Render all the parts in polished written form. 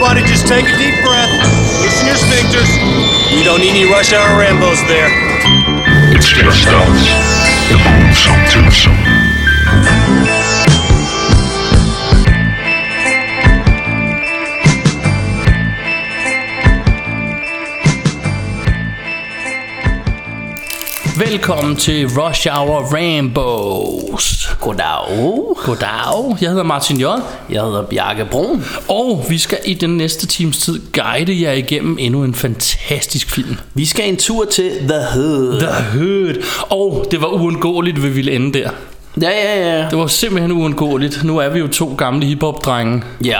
Everybody just take a deep breath. Loosen your sphincters. We don't need any rush hour Rambos there. It's just us. The Boomsome Twosome. Velkommen til Rush Hour Rambos. Goddag. Jeg hedder Martin J. Jeg hedder Bjarke Brun. Og vi skal i den næste times tid guide jer igennem endnu en fantastisk film. Vi skal en tur til The Hood. Og det var uundgåeligt, vi ville ende der. Ja. Det var simpelthen uundgåeligt. Nu er vi jo to gamle hiphop-drenge. Ja.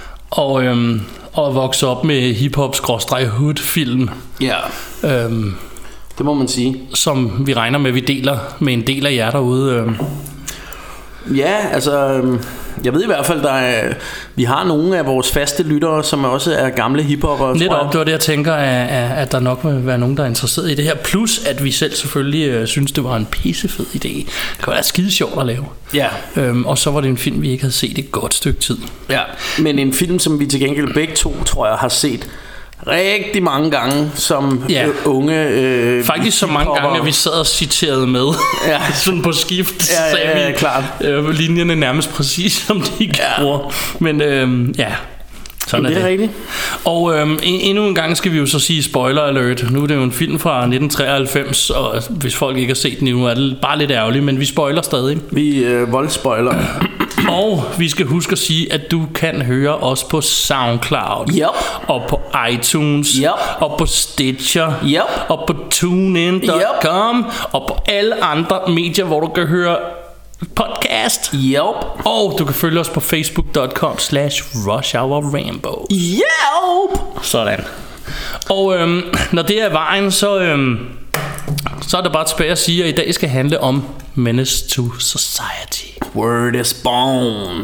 Og vokset op med hiphop-hood-film. Ja. Det må man sige. Som vi regner med, vi deler med en del af jer derude. Ja, altså jeg ved i hvert fald, vi har nogle af vores faste lyttere, som også er gamle hiphoppere. Netop, det var det jeg tænker, at der nok vil være nogen, der er interesseret i det her. Plus at vi selv selvfølgelig synes, det var en pissefed idé. Det kan være skide sjovt at lave. Ja. Og så var det en film, vi ikke havde set et godt stykke tid. Ja, men en film, som vi til gengæld begge to, tror jeg, har set rigtig mange gange som unge faktisk så mange gange, at vi sad og citerede med. Ja. Sådan på skift. Ja, klart. Linjerne nærmest præcis som de gjorde. Men sådan det er rigtigt. Og endnu en gang skal vi jo så sige spoiler alert. Nu er det jo en film fra 1993, og hvis folk ikke har set den endnu, er det bare lidt ærgerligt, men vi spoiler stadig. Vi voldspoiler. Og vi skal huske at sige, at du kan høre os på SoundCloud, og på iTunes, og på Stitcher, og på TuneIn.com, og på alle andre medier, hvor du kan høre podcast. Og du kan følge os på facebook.com/rushhourrambo. Sådan. Og når det er vejen, så er det bare tilbage at sige, at i dag skal handle om Menace to Society. Word is born.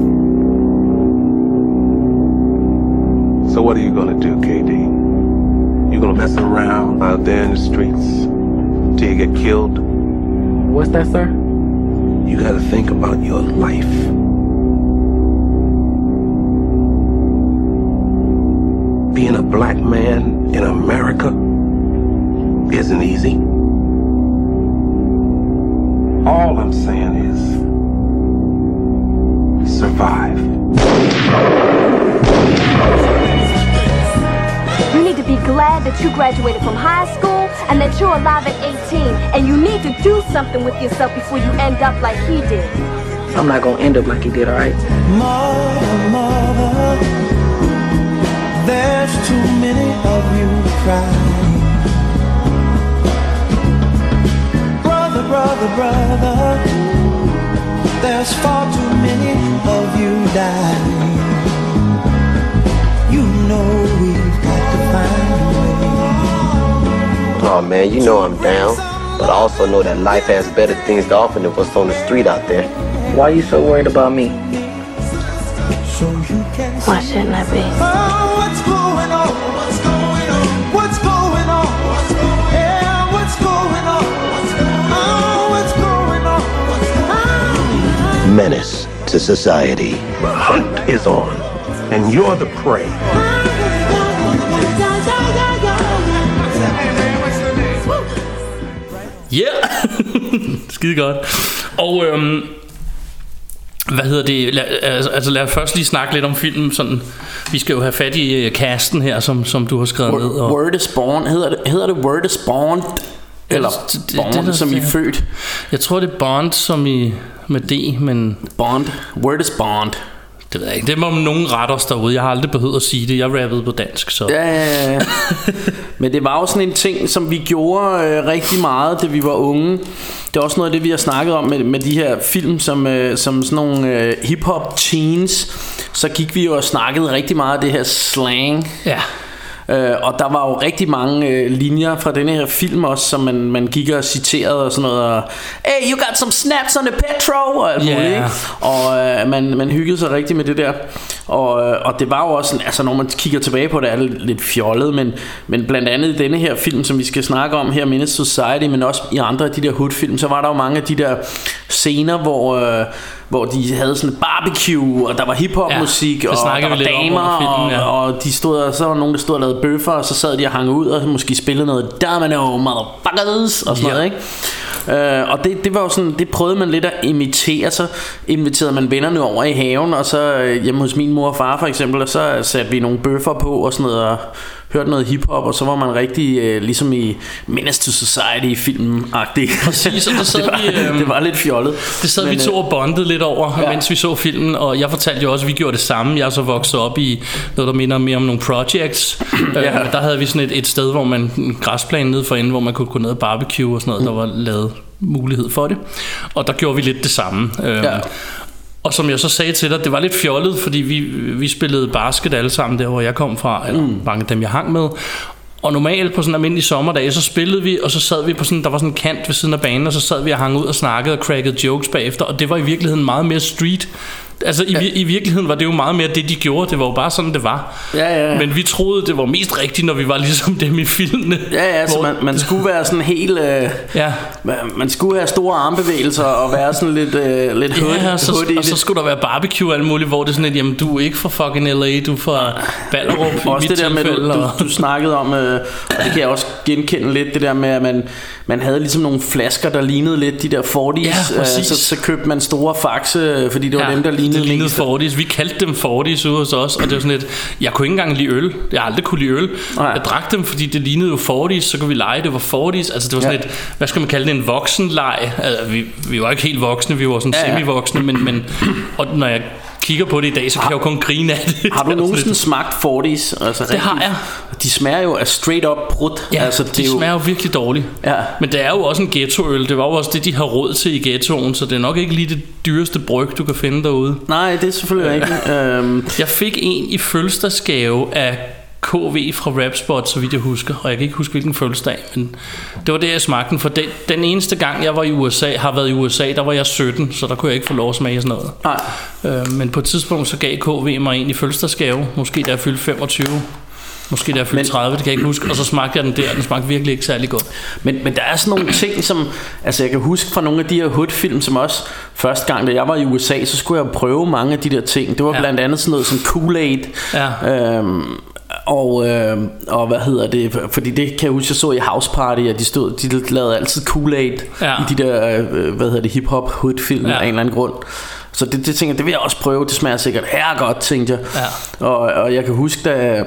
So what are you gonna do, KD? You gonna mess around out there in the streets till you get killed? What's that, sir? You gotta think about your life. Being a black man in America isn't easy. All I'm saying is survive. You need to be glad that you graduated from high school and that you're alive at 18, and you need to do something with yourself before you end up like he did. I'm not gonna end up like he did, alright? Mother, there's too many of you crying. Brother, there's far too many of you dying. You know we've got to find a way. Oh man, you know I'm down, but I also know that life has better things to offer than what's on the street out there. Why are you so worried about me? So you can Why shouldn't I be? Oh, what's going on? What's going on? What's going on? Yeah, what's going on? Menace to Society. The hunt is on, and you're the prey. Skide godt. Og hvad hedder det? Lad os først lige snakke lidt om filmen. Sådan, vi skal jo have fat i casten her, som du har skrevet ned. Og Word is born. Hedder det Word is born? Eller Bond, som i født? Jeg tror det er Bond som i med D, men Bond. Word is Bond. Det ved jeg ikke. Det må nogen rette os derude. Jeg har aldrig behøvet at sige det. Jeg rappede på dansk, så Ja. Men det var jo sådan en ting, som vi gjorde rigtig meget, da vi var unge. Det er også noget af det, vi har snakket om med de her film, som sådan nogle hip-hop teens. Så gik vi jo og snakkede rigtig meget af det her slang. Ja. Og der var jo rigtig mange linjer fra denne her film også, som man gik og citerede og sådan noget. Og, hey, you got some snaps on the petro og alt muligt, ikke? Og man hyggede sig rigtig med det der. Og det var jo også sådan, altså når man kigger tilbage på det, er det lidt fjollet, men blandt andet i denne her film, som vi skal snakke om her, Menace to Society, men også i andre af de der hood-film, så var der jo mange af de der scener, hvor de havde sådan et barbecue, og der var hiphop-musik, og der var damer, og de stod, og så var nogen, der stod og lavede bøffer, og så sad de og hang ud, og måske spillede noget Domino, motherfuckers, og sådan noget, ikke? Og det var jo sådan, det prøvede man lidt at imitere. Så inviterede man vennerne over i haven, og så hjemme hos min mor og far for eksempel, og så satte vi nogle bøffer på og sådan noget, og hørte noget hiphop, og så var man rigtig ligesom i Menace to Society filmen-agtig. Præcis, og det var lidt fjollet. Det sad vi to og bondede lidt over, mens vi så filmen, og jeg fortalte jo også, at vi gjorde det samme. Jeg er så vokset op i noget, der minder mere om nogle projects. Der havde vi sådan et sted, hvor man en græsplæne nede for enden, hvor man kunne gå ned og barbecue og sådan noget, der var lavet mulighed for det. Og der gjorde vi lidt det samme. Og som jeg så sagde til dig, det var lidt fjollet, fordi vi spillede basket alle sammen der, hvor jeg kom fra, eller mange af dem jeg hang med. Og normalt på sådan en almindelig sommerdag, så spillede vi, og så sad vi på sådan, der var sådan en kant ved siden af banen, og så sad vi og hang ud og snakkede og crackede jokes bagefter, og det var i virkeligheden meget mere street. Altså i virkeligheden var det jo meget mere det de gjorde. Det var jo bare sådan det var. Men vi troede det var mest rigtigt, når vi var ligesom dem i filmene. Så man skulle være sådan helt man skulle have store armbevægelser og være sådan lidt hood og så skulle der være barbecue og alt muligt, hvor det er sådan et, jamen du er ikke fra fucking LA, du er fra Ballerup. Også det der med du snakkede om, og det kan jeg også genkende lidt, det der med at man havde ligesom nogle flasker, der lignede lidt de der 40's. Så købte man store faxe, fordi det var dem, der lignede 40's. Vi kaldte dem 40's ude hos os, og det var sådan et, jeg kunne ikke engang lide øl. Jeg har aldrig kunne lide øl. Jeg drak dem, fordi det lignede jo 40's, så kunne vi lege, det var 40's. Altså det var sådan et, hvad skal man kalde det, en voksenleg. Altså, vi var ikke helt voksne, vi var sådan semi-voksne, men og når jeg kigger på det i dag, så kan jeg jo kun grine af det. Har du nogensinde smagt 40's? Altså, det har jeg. De smager jo af straight up brud. Ja, altså, de smager jo virkelig dårligt. Men det er jo også en ghettoøl. Det var jo også det, de har råd til i ghettoen, så det er nok ikke lige det dyreste bryg, du kan finde derude. Nej, det er selvfølgelig ikke. Jeg fik en i fødselsdagsgave af KV fra Rapspot, så vidt jeg husker, og jeg kan ikke huske hvilken fødselsdag, men det var det, jeg smagte den. For den eneste gang jeg var i USA, har været i USA, der var jeg 17, så der kunne jeg ikke få lov at smage sådan noget. Men på et tidspunkt så gav KV mig en i fødselsdagsgave, måske da jeg fyldte 25, måske da jeg fyldte 30, det kan jeg ikke huske. Og så smagte jeg den der, den smagte virkelig ikke særlig godt. Men der er sådan nogle ting som, altså jeg kan huske fra nogle af de her hood-film, som også første gang da jeg var i USA, så skulle jeg prøve mange af de der ting. Det var blandt andet sådan noget som Kool-Aid. Og hvad hedder det, fordi det kan jeg huske, jeg så i House Party, at de lavede altid Kool-Aid i de der hvad hedder det, hip-hop hood-film af en eller anden grund. Så det tænker jeg, det vil jeg også prøve. Det smager sikkert herregodt, tænkte jeg. Og jeg kan huske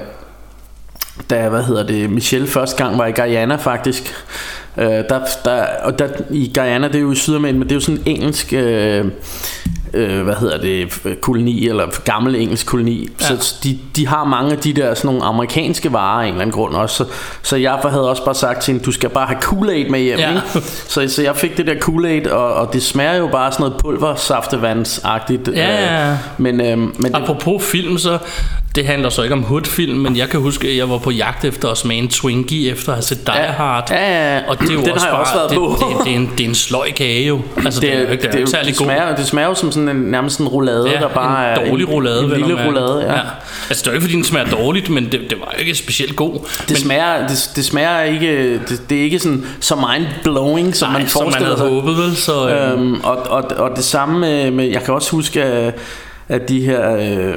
da hvad hedder det, Michelle første gang var i Guyana faktisk. Der i Guyana, det er jo i Sydamerika, men det er jo sådan en engelsk hvad hedder det, koloni, eller gammel engelsk koloni. Så de har mange af de der sådan nogle amerikanske varer af en eller anden grund også. Så jeg havde også bare sagt til hende, du skal bare have Kool-Aid med hjem, ikke? Så jeg fik det der Kool-Aid, og det smager jo bare sådan noget pulversaftevandsagtigt. Men apropos film, så det handler så ikke om hoodfilm, men jeg kan huske, at jeg var på jagt efter at smage en Twinkie efter at have set Die Hard. Og det er jo det er en sløj kage jo. Altså det er ikke særlig god. Det smager jo som sådan nærmest en roulade, der bare er en dårlig roulade, en lille roulade. Altså det er jo ikke fordi den smager dårligt, men det var jo ikke specielt god. Det smager ikke, det er ikke sådan så mind blowing som man forestiller sig. Håbet vel, så og det samme med, jeg kan også huske at de her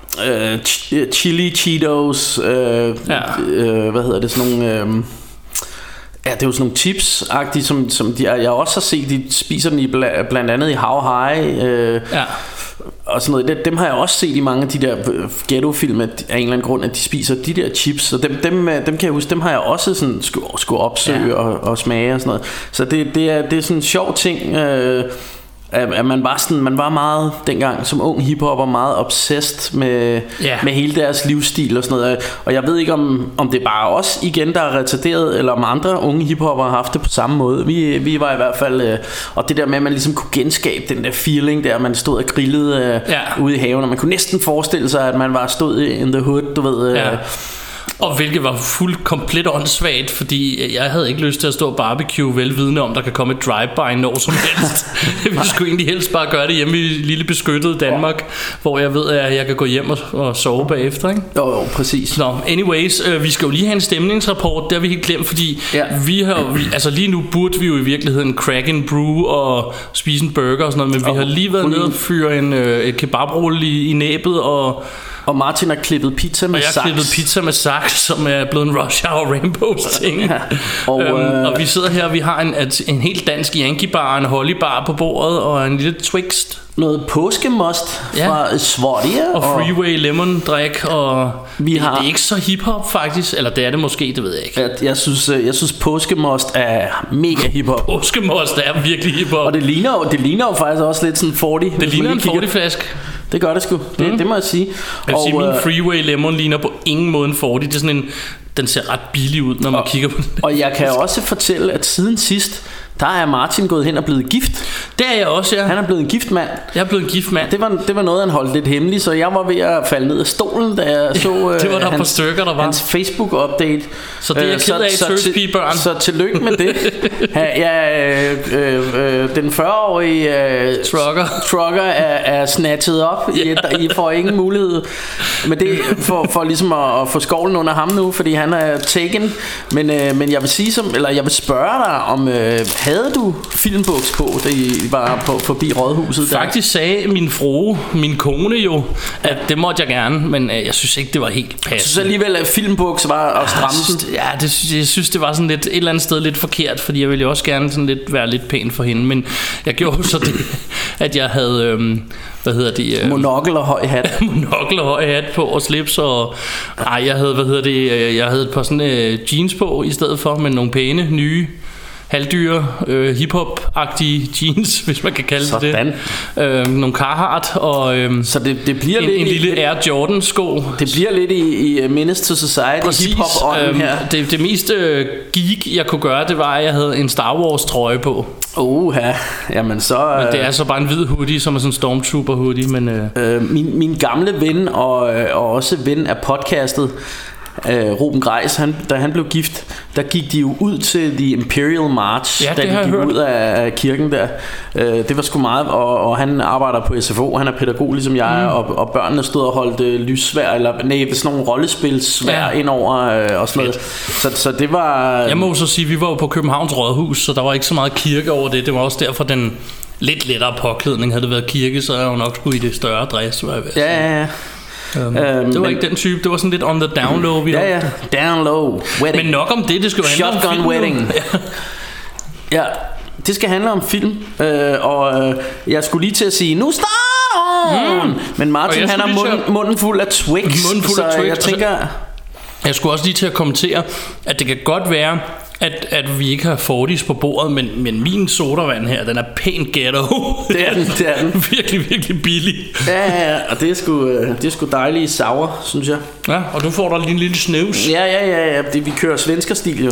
chili Cheetos, hvad hedder det, sådan nogle det er jo sådan nogle chips-agtige, som jeg også har set, de spiser den i blandt andet i How High, og sådan noget. Dem har jeg også set i mange af de der ghetto-film af en eller anden grund, at de spiser de der chips, og dem kan jeg huske, dem har jeg også sådan skulle opsøge og smage og sådan noget. Så det er sådan en sjov ting. At man var meget dengang som ung hiphopper meget obsessed med hele deres livsstil og sådan noget. Og jeg ved ikke om det er bare os igen der er retarderet, eller om andre unge hiphopper har haft det på samme måde. Vi var i hvert fald og det der med at man ligesom kunne genskabe den der feeling der, man stod og grillede ude i haven, og man kunne næsten forestille sig at man var stod in the hood, du ved. Og hvilket var komplet åndssvagt, fordi jeg havde ikke lyst til at stå barbecue velvidende om, der kan komme et drive-by når som helst. Vi skulle egentlig helst bare gøre det hjemme i lille beskyttede Danmark, hvor jeg ved, at jeg kan gå hjem og sove bagefter, ikke? Jo, præcis. Nå, anyways, vi skal jo lige have en stemningsrapport. Det har vi helt glemt, fordi altså lige nu burde vi jo i virkeligheden crack en brew og spise en burger og sådan noget, men vi har lige været nede og fyre et kebabrulle i næbet og Martin har klippet pizza med saks. Og jeg har klippet pizza med saks, som er blevet en Rush Hour Rainbows ting. Ja. Og vi sidder her, vi har en helt dansk Yankee bar, en Holly bar på bordet og en lille Twixt. Noget påskemost fra Sverige. Og Freeway Lemon drik. Og det er ikke så hiphop faktisk. Eller det er det måske, det ved jeg ikke. Jeg synes påskemost er mega hiphop. Påskemost er virkelig hiphop. Og det ligner jo faktisk også lidt sådan 40. Det ligner en 40-flaske. Det gør det sgu. Det må jeg sige. Jeg vil sige, min Freeway Lemon ligner på ingen måde en 40. Det er sådan en... Den ser ret billig ud, når man kigger på den. Og jeg kan også fortælle, at siden sidst, der er Martin gået hen og blevet gift. Det er jeg også, ja. Han er blevet en gift mand. Jeg er blevet en gift mand. Det var noget, han holdt lidt hemmeligt, så jeg var ved at falde ned af stolen, da jeg så det var der på stykker, der var. Hans Facebook-update. Så det er jeg ked af, Tøspige-børn. Så tillykke med det. Den 40-årige trucker er snatchet op. I får ingen mulighed. Men det for ligesom at få skovlen under ham nu, fordi han er taken. Men jeg vil sige jeg vil spørge dig om havde du filmbuks på, da I var forbi rådhuset der? Faktisk sagde min kone jo, at det måtte jeg gerne, men jeg synes ikke det var helt passende. Så alligevel at filmbuks var at stramme den? Ja, jeg synes det var sådan lidt et eller andet sted lidt forkert, fordi jeg ville jo også gerne sådan lidt være lidt pæn for hende, men jeg gjorde så det, at jeg havde monokkel og høj hat. Monokkel og høj hat på og slips og jeg havde jeg havde et par sådan jeans på i stedet for, med nogle pæne nye halvdyre hiphop-agtige jeans, hvis man kan kalde det. Nogle Carhartt og så det bliver en lille Air Jordan sko. Det bliver lidt i Menace to Society hiphop-ånden her. Det mest geek jeg kunne gøre, det var at jeg havde en Star Wars trøje på. Jamen så men det er så bare en hvid hoodie, som er sådan en Stormtrooper hoodie, men min gamle ven og også ven af podcastet, Ruben Greis, da han blev gift, der gik de jo ud til The Imperial March, da de gik ud af kirken der. Det var sgu meget, og han arbejder på SFO, han er pædagog ligesom jeg, og børnene stod og holdt lyssvær, eller sådan nogle rollespilsvær ind over og sådan noget. Så det var... Jeg må så sige, vi var jo på Københavns Rådhus, så der var ikke så meget kirke over det. Det var også derfor den lidt lettere påklædning. Havde det været kirke, så er jeg jo nok skulle i det større dress. Ja. Det var ikke den type. Det var sådan lidt on the down low. Down low wedding. Men nok om det skal jo handle Shotgun om wedding. Ja, det skal handle om film. Og jeg skulle lige til at sige nu starter men Martin han har munden fuld af Twix. Så jeg tænker jeg skulle også lige til at kommentere, at det kan godt være, at vi ikke har Fortis på bordet, men min sodavand her, den er pænt ghetto. Det er den. Virkelig, virkelig billig. Ja, og det er sgu dejligt sour, synes jeg. Ja, og du får der lige en lille snus. Ja, vi kører svenskerstil jo.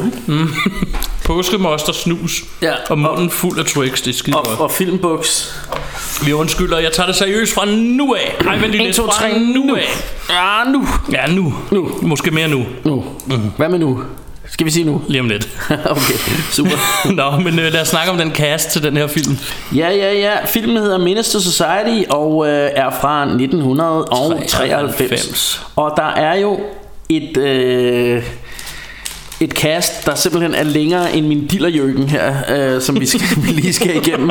Påskemost og snus. Ja, og munden fuld af Twix, det er skide godt. Og filmbuks. Vi undskylder, jeg tager det seriøst fra nu af. Ej, men lige 1, 2, 3, nu af. Ja, nu. Måske mere nu. Hvad med nu? Skal vi sige nu? Lige om lidt. Okay, super. Nå, men lad os snakke om den cast til den her film. Ja. Filmen hedder Menace to Society og er fra 1993. Og der er jo et cast, der simpelthen er længere end min dillerjøkken her, som vi lige skal igennem.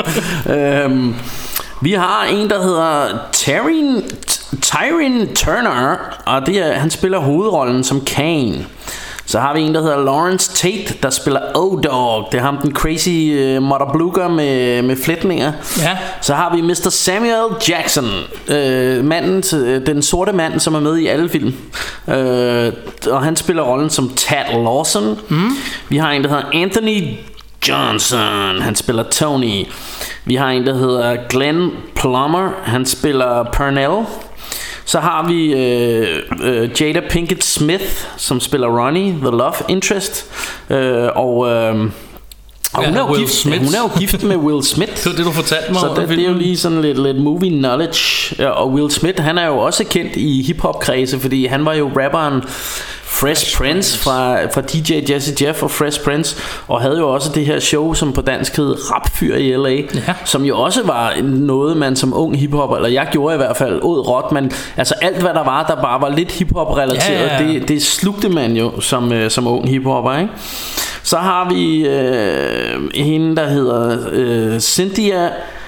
Vi har en, der hedder Tyrone Turner, og han spiller hovedrollen som Kane. Så har vi en, der hedder Lawrence Tate, der spiller O-Dog. Det er ham, den crazy motherblugger med flætninger. Ja. Så har vi Mr. Samuel Jackson, den sorte mand, som er med i alle film. Og han spiller rollen som Tad Lawson. Vi har en, der hedder Anthony Johnson. Han spiller Tony. Vi har en, der hedder Glenn Plummer. Han spiller Pernell. Så har vi Jada Pinkett Smith, som spiller Ronnie, the love interest. Og hun er jo gift med Will Smith. Det var det, du fortalte mig. Så det er jo lige sådan lidt movie knowledge. Og Will Smith, han er jo også kendt i hiphop-kredse, fordi han var jo rapperen Fresh Prince fra DJ Jazzy Jeff og Fresh Prince, og havde jo også det her show, som på dansk hed Rapfyr i LA, som jo også var noget, man som ung hiphopper, eller jeg gjorde i hvert fald, åd råt, men altså alt hvad der var, der bare var lidt hiphop relateret, det slugte man jo som ung hiphopper, ikke? Så har vi hende, der hedder Cynthia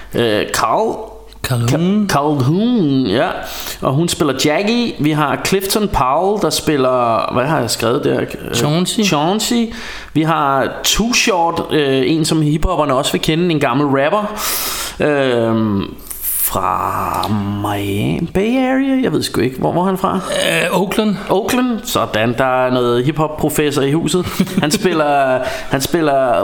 Calhoun, ja. Og hun spiller Jackie. Vi har Clifton Powell, der spiller, hvad har jeg skrevet der? Chauncey. Vi har Too Short, en som hiphopperne også vil kende, en gammel rapper fra Miami, Bay Area. Jeg ved sgu ikke, hvor er han fra? Oakland. Sådan, der er noget hiphop professor i huset. Han spiller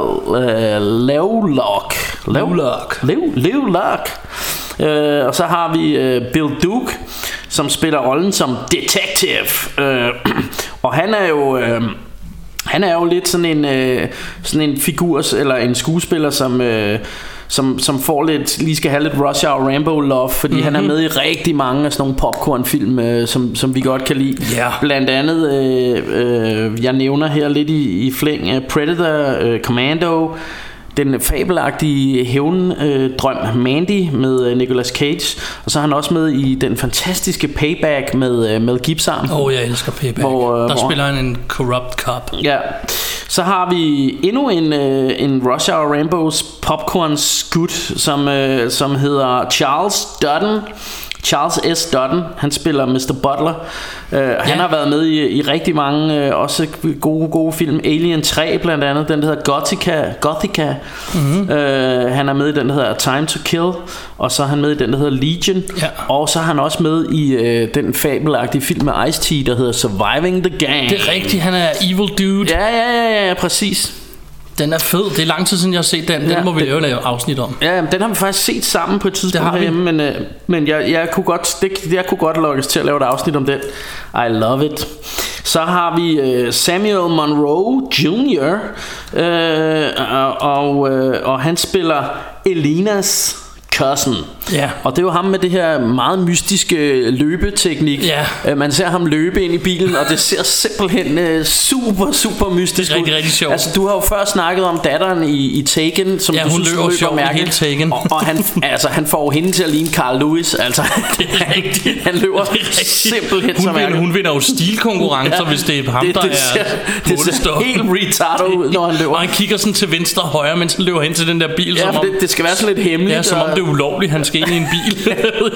Lew Lock. Og så har vi Bill Duke, som spiller rollen som detective. Og han er jo lidt sådan en figur eller en skuespiller, som får lidt, lige skal have lidt Rush Hour Rambo love, fordi han er med i rigtig mange af sådan nogle popcornfilm, som vi godt kan lide. Blandt andet jeg nævner her lidt i flæng Predator, Commando, den fabelagtige hævndrøm Mandy med Nicolas Cage, og så er han også med i den fantastiske Payback med Gibson. Jeg elsker Payback. Der spiller han en corrupt cop. Ja. Så har vi endnu en Rush Hour Rambos popcorn skud, som hedder Charles S. Dutton. Han spiller Mr. Butler. Han har været med i rigtig mange også gode film. Alien 3 blandt andet, den der hedder Gothica. Han er med i den der hedder Time to Kill, og så er han med i den der hedder Legion, og så er han også med i den fabelagtige film med Ice-T, der hedder Surviving the Gang. Det er rigtigt, han er evil dude. Ja, præcis. Den er fed. Det er lang tid siden jeg har set den. Den må vi lave afsnit om. Ja, den har vi faktisk set sammen på et tidspunkt herhjemme, men jeg kunne godt lokkes til at lave et afsnit om den. I love it. Så har vi Samuel Monroe Jr. Og han spiller Elenas cousin. Og det er jo ham med det her meget mystiske løbeteknik. Man ser ham løbe ind i bilen, og det ser simpelthen super mystisk ud. Rigtig sjovt. Altså, du har jo før snakket om datteren i Taken, som du hun synes løber mærkeligt. Taken. Og han får hende til at ligne Carl Lewis. Altså, det er rigtigt. Han løber simpelthen så mærkeligt. Hun vinder jo stilkonkurrencer, hvis det er ham, der er det ser helt retardo ud, når han løber. Og han kigger sådan til venstre og højre, mens han løber hen til den der bil. Ja, for det skal være sådan lidt hemmeligt. Ja, som om det er ulovligt, han skal ind i en bil.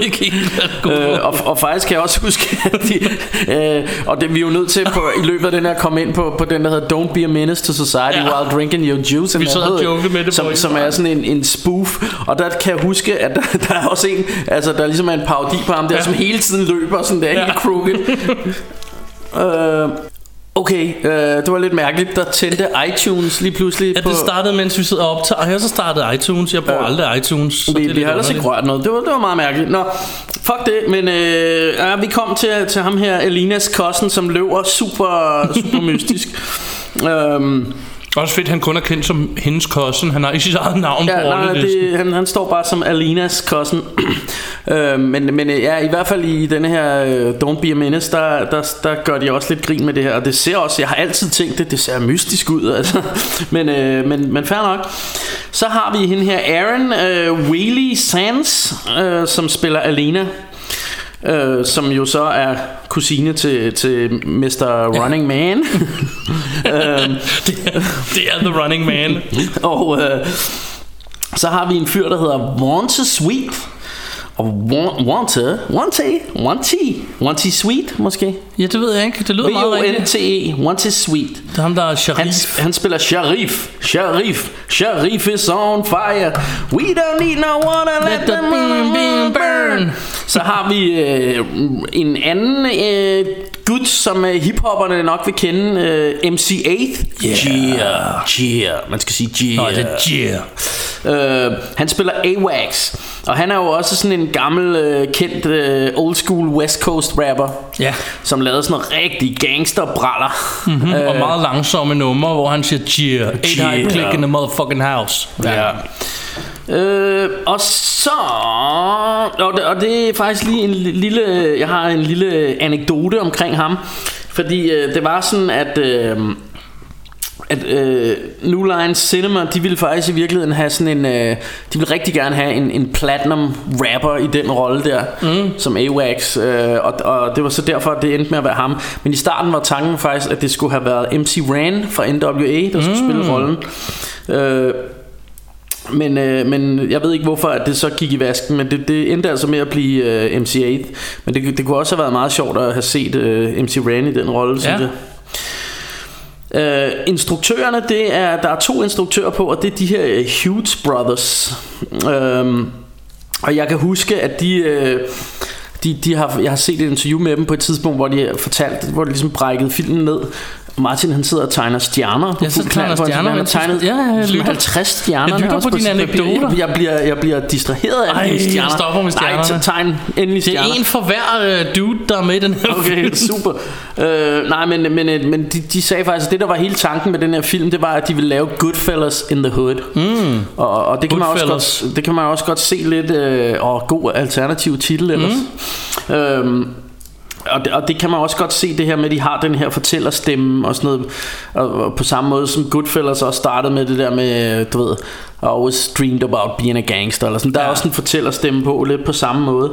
Og faktisk kan jeg også huske og det vi er jo nødt til i løbet af den her komme ind på den der hedder Don't Be a Menace to Society While Drinking Your Juice, vi sad og jokede med det, som er sådan en spoof. Og der kan jeg huske, at der er også en, altså der ligesom er en parodi på ham der, som hele tiden løber sådan der helt crooked. Okay, det var lidt mærkeligt. Der tændte iTunes lige pludselig. Det startede, mens vi sidder og optager. Og her så startede iTunes. Jeg bruger aldrig iTunes. Vi har ellers ikke rørt noget. Det var meget mærkeligt. Nå, fuck det. Men vi kom til ham her, Elenas cousin, som løber super mystisk. Også fedt, han kun er kendt som hendes cousin. Han har ikke sit eget navn på rollelisten. Han står bare som Elenas cousin. Men ja, i hvert fald i denne her Don't Be a Menace, der gør de også lidt grin med det her. Og det ser også, jeg har altid tænkt det ser mystisk ud, altså. Men fair nok. Så har vi hende her Aaron Whaley Sands, som spiller Alena, som jo så er kusine til Mr. Running Man. Det er The Running Man. Og så har vi en fyr, der hedder Wante Sweet. Og Wante Sweet måske. Ja, det ved jeg ikke. Det lyder meget rigtigt. Wante Sweet. Det er ham, der er Sharif. Han spiller Sharif. Sharif is on fire. We don't need no one to let the moon burn. Så har vi en anden gut, som hiphopperne nok vil kende, MC8. Yeah. Man skal sige yeah. Det er yeah. Han spiller AWAX. Og han er jo også sådan en gammel kendt old school West Coast rapper, som lavede sådan noget rigtig gangsterbraller, og meget langsomme numre, hvor han siger yeah, 8 click in the motherfucking house. Og så og det er faktisk lige en lille, jeg har en lille anekdote omkring ham. Fordi det var sådan, at New Line Cinema, de ville faktisk i virkeligheden have sådan en de ville rigtig gerne have en platinum rapper i den rolle der, som AWAX, og det var så derfor at det endte med at være ham. Men i starten var tanken faktisk, at det skulle have været MC Ren fra NWA, der skulle spille rollen. Men jeg ved ikke hvorfor at det så gik i vasken. Men det endte altså med at blive MC8. Men det kunne også have været meget sjovt at have set MC Ren i den rolle, synes jeg. Instruktørerne, der er 2 instruktører på, og det er de her Hughes Brothers. Og jeg kan huske at jeg har set et interview med dem på et tidspunkt, hvor de fortalte, hvor de ligesom brækkede filmen ned. Martin, han sidder og tegner stjerner. Jeg sidder og tegner stjerner. Han har tegnet 50 stjerner. Jeg lytter på dine anekdoter. Jeg bliver distraheret af dine stjerner. Stopper med stjernerne. Nej, tegn endelig stjerner. Det er en for hver dude, der er med i den her film. Super. Men de sagde faktisk, at det der var hele tanken med den her film, det var, at de ville lave Goodfellas in the Hood. Og det kan man også godt se lidt god alternativ titel ellers. Og det kan man også godt se, det her med at de har den her fortællerstemme og sådan noget, og på samme måde som Goodfellas også startede med det der med, du ved, I always dreamed about being a gangster eller sådan. Der er også en fortællerstemme på lidt på samme måde.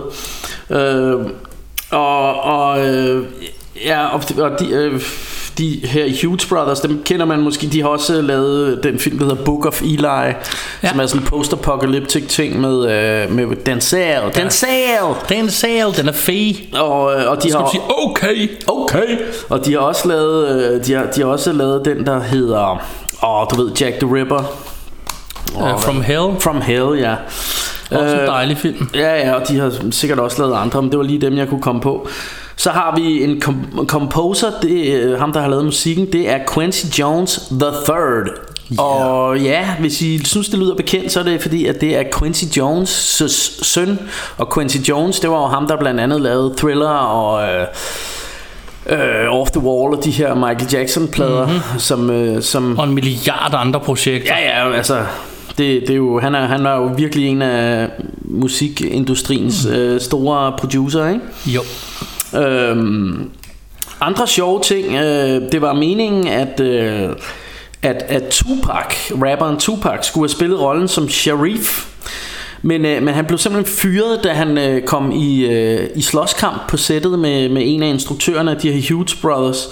De her Hughes Brothers, dem kender man måske. De har også lavet den film, der hedder Book of Eli, som er sådan en post-apocalyptic ting med Denzel. Den er fed. Og de har sige okay. Og de har også lavet de har også lavet den, der hedder du ved, Jack the Ripper. From Hell, ja. Også en dejlig film. Ja, og de har sikkert også lavet andre, men det var lige dem, jeg kunne komme på. Så har vi en composer, det er ham, der har lavet musikken. Det er Quincy Jones III. Og ja, hvis I synes det lyder bekendt, så er det fordi at det er Quincy Jones' søn. Og Quincy Jones, det var jo ham, der blandt andet lavede Thriller og Off the Wall og de her Michael Jackson plader, som og en milliard andre projekter. Ja, altså det er jo, han er jo virkelig en af musikindustriens store producer, ikke? Jo. Andre sjove ting, det var meningen at Tupac, rapperen Tupac, skulle have spillet rollen som Sharif, men han blev simpelthen fyret, da han kom i slåskamp på sættet med en af instruktørerne af de her Hughes Brothers.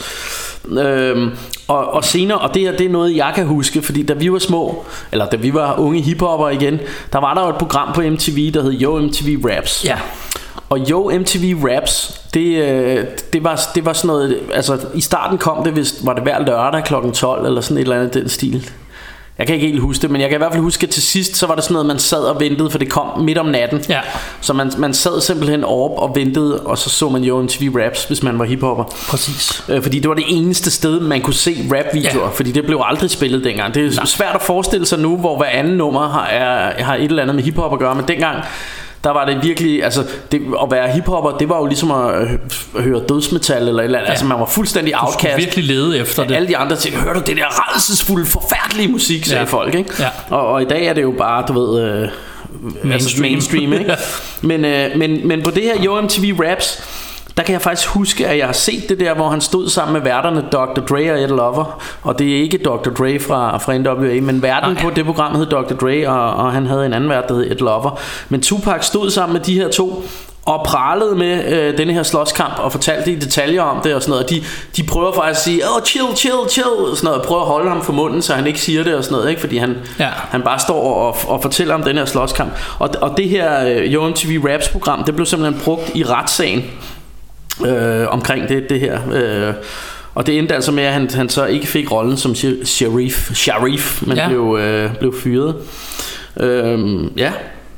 Og senere, og det er noget jeg kan huske, fordi da vi var små, eller da vi var unge hiphopper igen, der var der jo et program på MTV, der hed Yo MTV Raps. Ja. Og Yo MTV Raps, det var sådan noget, altså i starten kom det, hvis var det hver lørdag klokken 12 eller sådan et eller andet den stil. Jeg kan ikke helt huske det, men jeg kan i hvert fald huske, at til sidst så var det sådan noget, man sad og ventede, for det kom midt om natten. Ja. Så man sad simpelthen op og ventede, og så man jo MTV Raps, hvis man var hiphopper. Præcis. Fordi det var det eneste sted, man kunne se rapvideoer, fordi det blev aldrig spillet dengang. Det er svært at forestille sig nu, hvor hver anden nummer har et eller andet med hiphop at gøre, men dengang der var det virkelig, altså det, at være hiphopper, det var jo ligesom at høre dødsmetal eller et eller andet. Altså man var fuldstændig outcast. Du skulle virkelig lede efter det. Alle de andre tænkte, hørte du det der rædselsfulde, forfærdelige musik, sagde folk, ikke? Ja. Og i dag er det jo bare, du ved, mainstream, ikke? Men på det her Yo MTV Raps, der kan jeg faktisk huske, at jeg har set det der, hvor han stod sammen med værterne Dr. Dre og Ed Lover. Og det er ikke Dr. Dre fra NWA, men værten på det program hed Dr. Dre, og han havde en anden vært, der hed Ed Lover. Men Tupac stod sammen med de her to og pralede med denne her slåskamp og fortalte i detaljer om det og sådan noget. De prøver faktisk at sige, chill sådan noget, prøver at holde ham for munden, så han ikke siger det og sådan noget, ikke? Fordi han bare står og fortæller om den her slåskamp. Og det her Yo MTV Raps program, det blev simpelthen brugt i retssagen omkring det her. Og det endte altså med, at han så ikke fik rollen som Sharif, men blev fyret. Ja.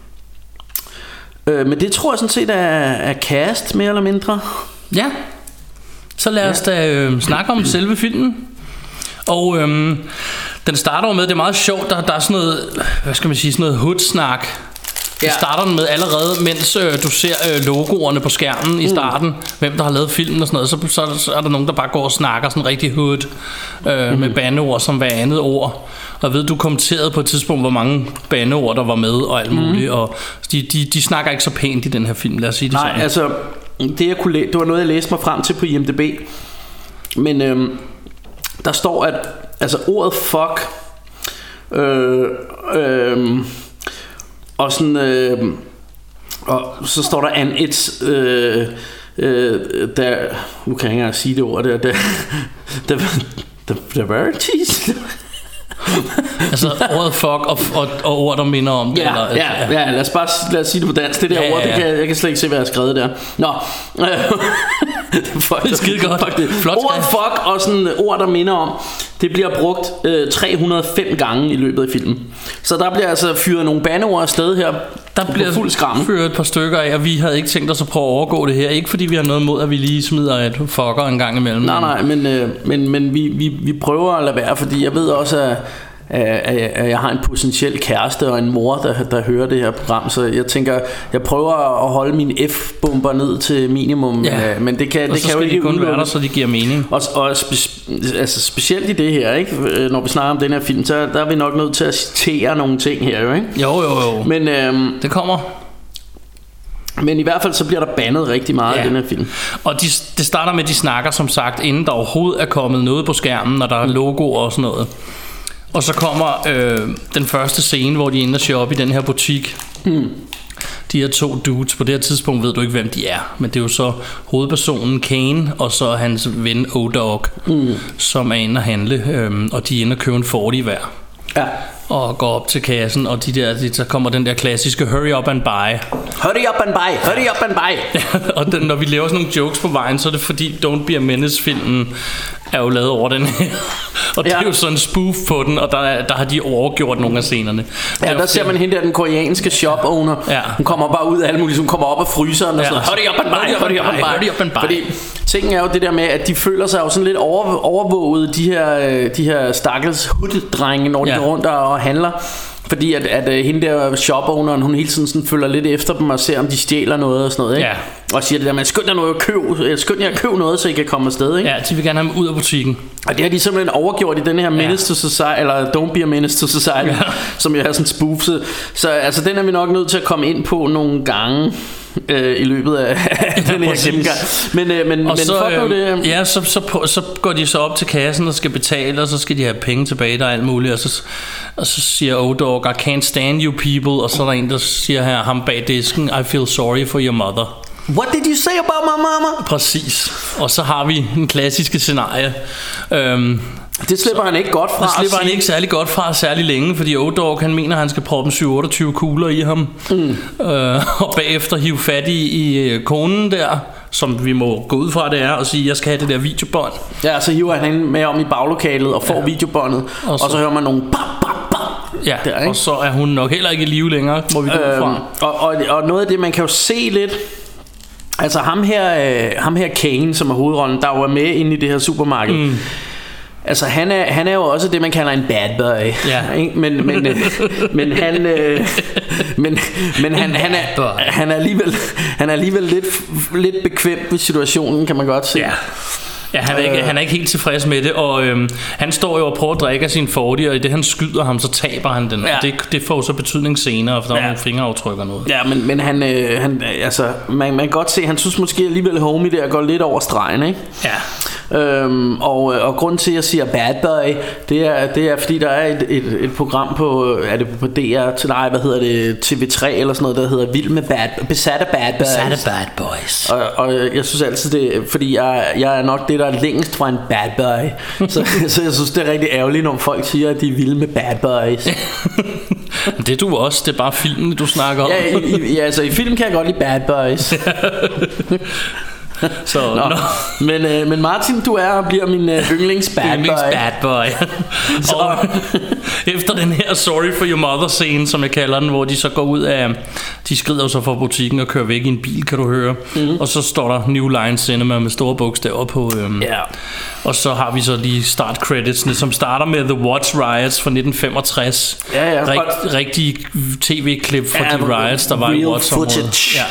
Men det tror jeg sådan set er cast, mere eller mindre. Ja. Så lad os da snakke om selve filmen. Og den starter jo med, det er meget sjovt, der er sådan noget, hvad skal man sige, sådan noget hood-snak. Det starter den med allerede, mens du ser logoerne på skærmen i starten, hvem der har lavet filmen og sådan noget, så er der nogen, der bare går og snakker sådan rigtig hood med bandeord som hver andet ord. Og jeg ved, du kommenterede på et tidspunkt, hvor mange bandeord der var med og alt muligt, og de snakker ikke så pænt i den her film, lad os sige det sådan. Nej, altså det var noget, jeg læste mig frem til på IMDb. Men der står at altså ordet fuck og sådan og så står der and it's der nu kan jeg ikke engang sige det ord der the varieties. Altså ordet fuck og ord der minder om det. Ja, lad os sige det på dansk. Det der ord, jeg kan slet ikke se hvad jeg har skrevet der. Nå. Det er skide godt. Flot. Ordet fuck og sådan ord der minder om, det bliver brugt 305 gange i løbet af filmen. Så der bliver altså fyret nogle bandeord afsted her. Der bliver fuld skram. Fyret et par stykker af, og vi havde ikke tænkt os at prøve at overgå det her. Ikke fordi vi har noget mod at vi lige smider et fucker en gang imellem. Nej, men vi prøver at lade være, fordi jeg ved også at jeg har en potentiel kæreste og en mor der hører det her program, så jeg tænker jeg prøver at holde mine F-bomber ned til minimum, men det kan jo ikke kun være der, så det giver mening. Og altså specielt i det her, ikke? Når vi snakker om den her film, så der er vi nok nødt til at citere nogle ting her, jo, ikke? Jo. Men det kommer. Men i hvert fald så bliver der bandet rigtig meget i den her film. Og det starter med, at de snakker som sagt, inden der overhovedet er kommet noget på skærmen, og der er logoer og sådan noget. Og så kommer den første scene, hvor de er inde og shoppe i den her butik. De her to dudes, på det her tidspunkt ved du ikke hvem de er, men det er jo så hovedpersonen Kane og så hans ven O-Dog, som er inde og handle, og de er inde og købe en 40 hver. Ja. Og går op til kassen, og så kommer den der klassiske hurry up and buy. Hurry up and buy, hurry up and buy. Og når vi laver sådan nogle jokes på vejen, så er det fordi Don't Be a Menace-filmen er jo lavet over den her. Og det er jo sådan en spoof på den, og der har de overgjort nogle af scenerne. Ja, der ser man hende der, den koreanske shop owner. Hun kommer bare ud af alt muligt, hun kommer op af fryseren og sådan, hurry up and buy, hurry up and buy, hurry up and buy. Fordi tingen er jo det der med, at de føler sig jo sådan lidt overvåget, de her stakkels hood-drenge, når de går rundt og handler. Fordi at hende der shop-owneren, hun hele tiden sådan følger lidt efter dem og ser om de stjæler noget og sådan noget, ikke? Ja. Og siger det der med, skynd jer at købe noget, så I kan komme afsted, ikke? Ja, de vil gerne have dem ud af butikken. Og det har de simpelthen overgjort i den her Menace to Society, eller Don't Be a Menace to Society, som jo er sådan spoof. Så altså den er vi nok nødt til at komme ind på nogle gange i løbet af den her gennemgang. Men så, fuck nu det. Ja, så går de så op til kassen og skal betale, og så skal de have penge tilbage, der er alt muligt. Og så siger O-Dog, I can't stand you people. Og så er der en, der siger her, ham bag disken, I feel sorry for your mother. What did you say about my mama? Præcis. Og så har vi en klassiske scenarie. Det slipper han ikke godt fra. Det slipper han ikke særlig godt fra særlig længe, fordi O-Dog han mener, at han skal proppe 7-28 kugler i ham. Og bagefter hive fat i konen der, som vi må gå ud fra det er, og sige, jeg skal have det der videobånd. Ja, så hiver han hende med om i baglokalet og får videobåndet, og så hører man nogle ja, der, og så er hun nok heller ikke i live længere, må vi gå ud fra. Og noget af det, man kan jo se lidt. Altså ham her Kane, som er hovedrollen, der jo er med inde i det her supermarked. Altså han er jo også det man kalder en bad boy. Ja. Ikke? Men han er alligevel lidt bekvem ved situationen, kan man godt se. Ja. Ja, han er ikke helt tilfreds med det. Og han står jo og prøver at drikke af sin 40, og i det han skyder ham, så taber han den. Ja. Det får så betydning senere, for der er nogle fingeraftryk og noget. Ja, men han altså man kan godt se, han synes måske alligevel homie der går lidt over stregen, ikke? Ja. Og grund til at jeg siger bad boy, det er fordi der er et program på, er det på DR til dig, hvad hedder det, TV3 eller sådan noget, der hedder Vild med Besat af Bad Boys. Og jeg synes altid det, fordi jeg er nok det der er længst fra en bad boy. Så jeg synes det er rigtig ærgerligt, når folk siger at de er vilde med bad boys. Det er du også, det er bare filmen du snakker om. Ja, altså i film kan jeg godt lide bad boys. Så, men Martin, du er og bliver min yndlings bad boy. Og efter den her sorry for your mother scene, som jeg kalder den, hvor de så går ud af, de skrider så fra butikken og kører væk i en bil, kan du høre. Og så står der New Line Cinema med store bogstaver på. Og så har vi så lige start creditsene, som starter med The Watts Riots fra 1965. Rigtig tv-klip fra de riots, der var i Watts området.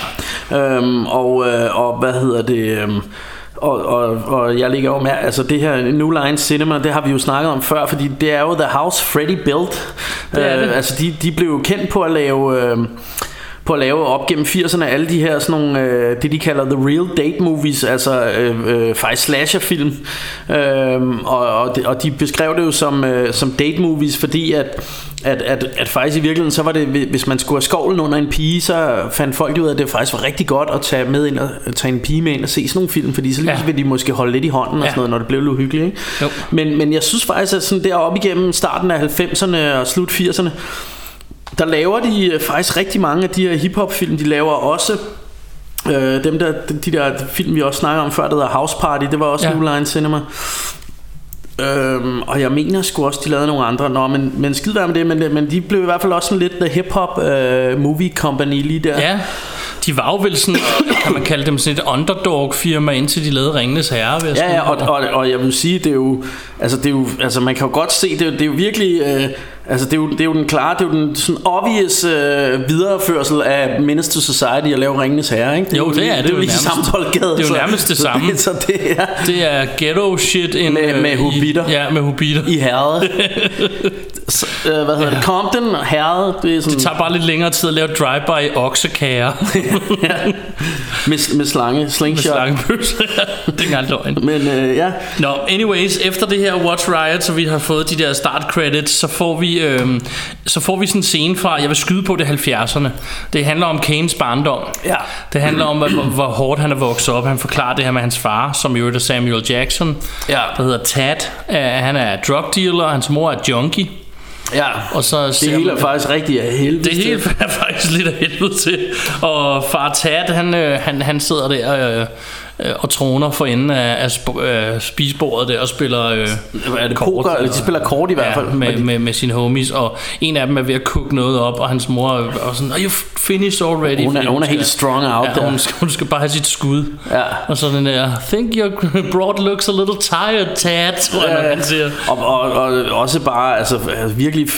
Og hvad hedder det? Og jeg ligger jo med, altså det her New Line Cinema, det har vi jo snakket om før, fordi det er jo The House Freddy Built. Altså de blev jo kendt på at lave på at lave op gennem 80'erne alle de her sådan nogle, det de kalder the real date movies, altså faktisk slasherfilm, og de beskrev det jo som date movies, fordi at faktisk i virkeligheden så var det, hvis man skulle have skovlen under en pige, så fandt folk ud af, at det faktisk var rigtig godt at tage med ind og tage en pige med ind og se sådan nogle film, fordi så lige vil de måske holde lidt i hånden og sådan noget, når det blev lidt uhyggeligt, ikke? Men jeg synes faktisk, at sådan deroppe igennem starten af 90'erne og slut 80'erne, der laver de faktisk rigtig mange af de her hiphop film. De laver også de der film vi også snakker om før, der hedder House Party. Det var også New Line Cinema. Og jeg mener sgu også de lavede nogle andre. Men skid være med det. Men de blev i hvert fald også sådan lidt the hip-hop movie company lige der. Ja, de var jo vel sådan, kan man kalde dem sådan et underdog firma, indtil de lavede Ringenes Herre. Og jeg vil sige, det er jo altså man kan jo godt se, det er jo virkelig altså det er jo den klare, det er jo den sådan obvious videreførsel af Menace to Society at lave Ringenes Herre, ikke? Det er jo lige samme boldgade. Det er jo nærmest det samme. Det er ghetto shit med hobbiter. Ja, med hobbiter i herredet. Hvad hedder det? Compton herredet. Det tager bare lidt længere tid at lave drive-by i oksekære. med slingshot. Med slangebøs. Det er ikke alt løgn. Men ja. Nå, anyways, efter det her Watch Riot, så vi har fået de der start credits, så får vi sådan en scene fra, jeg vil skyde på det 70'erne. Det handler om Kanes barndom. Ja. Det handler om hvor hårdt han er vokset op. Han forklarer det her med hans far, som jo er Samuel Jackson. Ja. Der hedder Tad. Han er drug dealer, og hans mor er junkie. Ja, og så det hele er faktisk rigtig af helvede. Det hele er faktisk lidt af helvede til. Og far Tad, han sidder der og troner for enden af spisebordet der og spiller kort. De spiller kort i hvert fald med sine homies. Og en af dem er ved at koge noget op, og hans mor er sådan, are you finished already? Hun er helt strong out der. Hun skal bare have sit skud. Ja. Og så den der, think your broad looks a little tired, Tad, tror jeg, han siger. Og også bare altså virkelig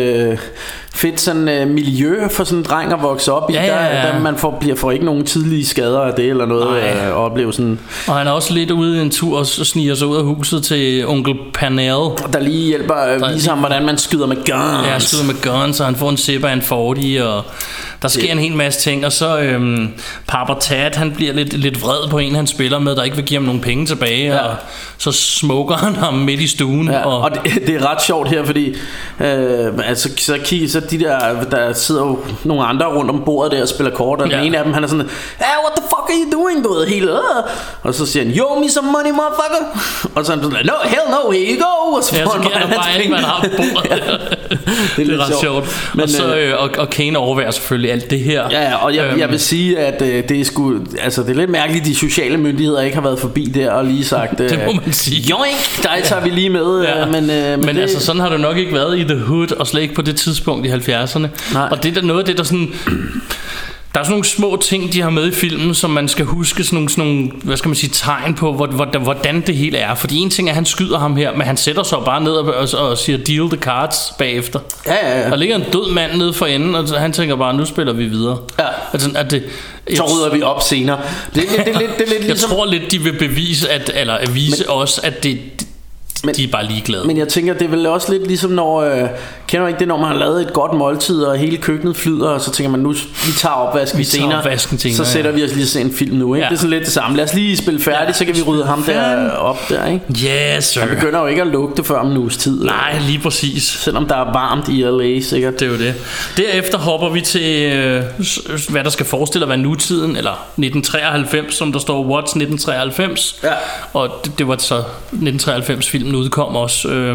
fedt sådan miljø for sådan en dreng at vokse op i. Der man får ikke nogen tidlige skader af det eller noget at opleve sådan. Og han er også lidt ude i en tur og sniger sig ud af huset til onkel Pernell, der lige hjælper at vise ham hvordan man skyder med guns. Ja, skyder med guns, og han får en sip af en 40, og der sker en hel masse ting. Og så Papa Tad, han bliver lidt vred på en han spiller med, der ikke vil give ham nogle penge tilbage, og så smoker han ham midt i stuen. Og det er ret sjovt her, fordi altså så de der sidder jo nogle andre rundt om bordet der og spiller kort, og den ene af dem han er sådan, what the fuck are you doing? Du ved helt og så siger han, yo me some money motherfucker, og så er han sådan, no hell no, here you go, og så giver han bare alt man har på bordet. Det er ret sjovt. Men, og så og Kane overværer selvfølgelig alt det her. Ja, og jeg vil sige at det er sgu, altså det er lidt mærkeligt de sociale myndigheder ikke har været forbi der og lige sagt det må man sige. Joink, dig tager vi lige med. Men det, altså sådan har det nok ikke været i The Hood, og slet ikke på det tidspunkt i 70'erne. Og det er noget af det der sådan, der er sådan nogle små ting de har med i filmen, som man skal huske, sådan nogle hvad skal man sige, tegn på hvordan det hele er. Fordi en ting er at han skyder ham her, men han sætter sig bare ned og siger deal the cards bagefter. Ja. Der ligger en død mand nede for enden, og han tænker bare, nu spiller vi videre. Ja. Altså, så rydder vi op senere. Det er lidt jeg ligesom, tror lidt de vil bevise at vise os at de er bare ligeglade. Men jeg tænker det er vel også lidt ligesom når kender du ikke det, når man har lavet et godt måltid og hele køkkenet flyder, og så tænker man nu vi tager opvasken senere, så sætter vi os lige til en film nu, ikke? Det er sådan lidt det samme. Lad os lige spille færdigt, så kan vi rydde ham der op der, ikke? Yes sir. Han begynder jo ikke at lugte før om en uges tid. Nej, lige præcis. Selvom der er varmt i LA sikkert. Det er jo det. Derefter hopper vi til hvad der skal forestille at være nutiden, eller 1993, som der står What's 1993. Ja. Og det var så 1993 filmen udkom også.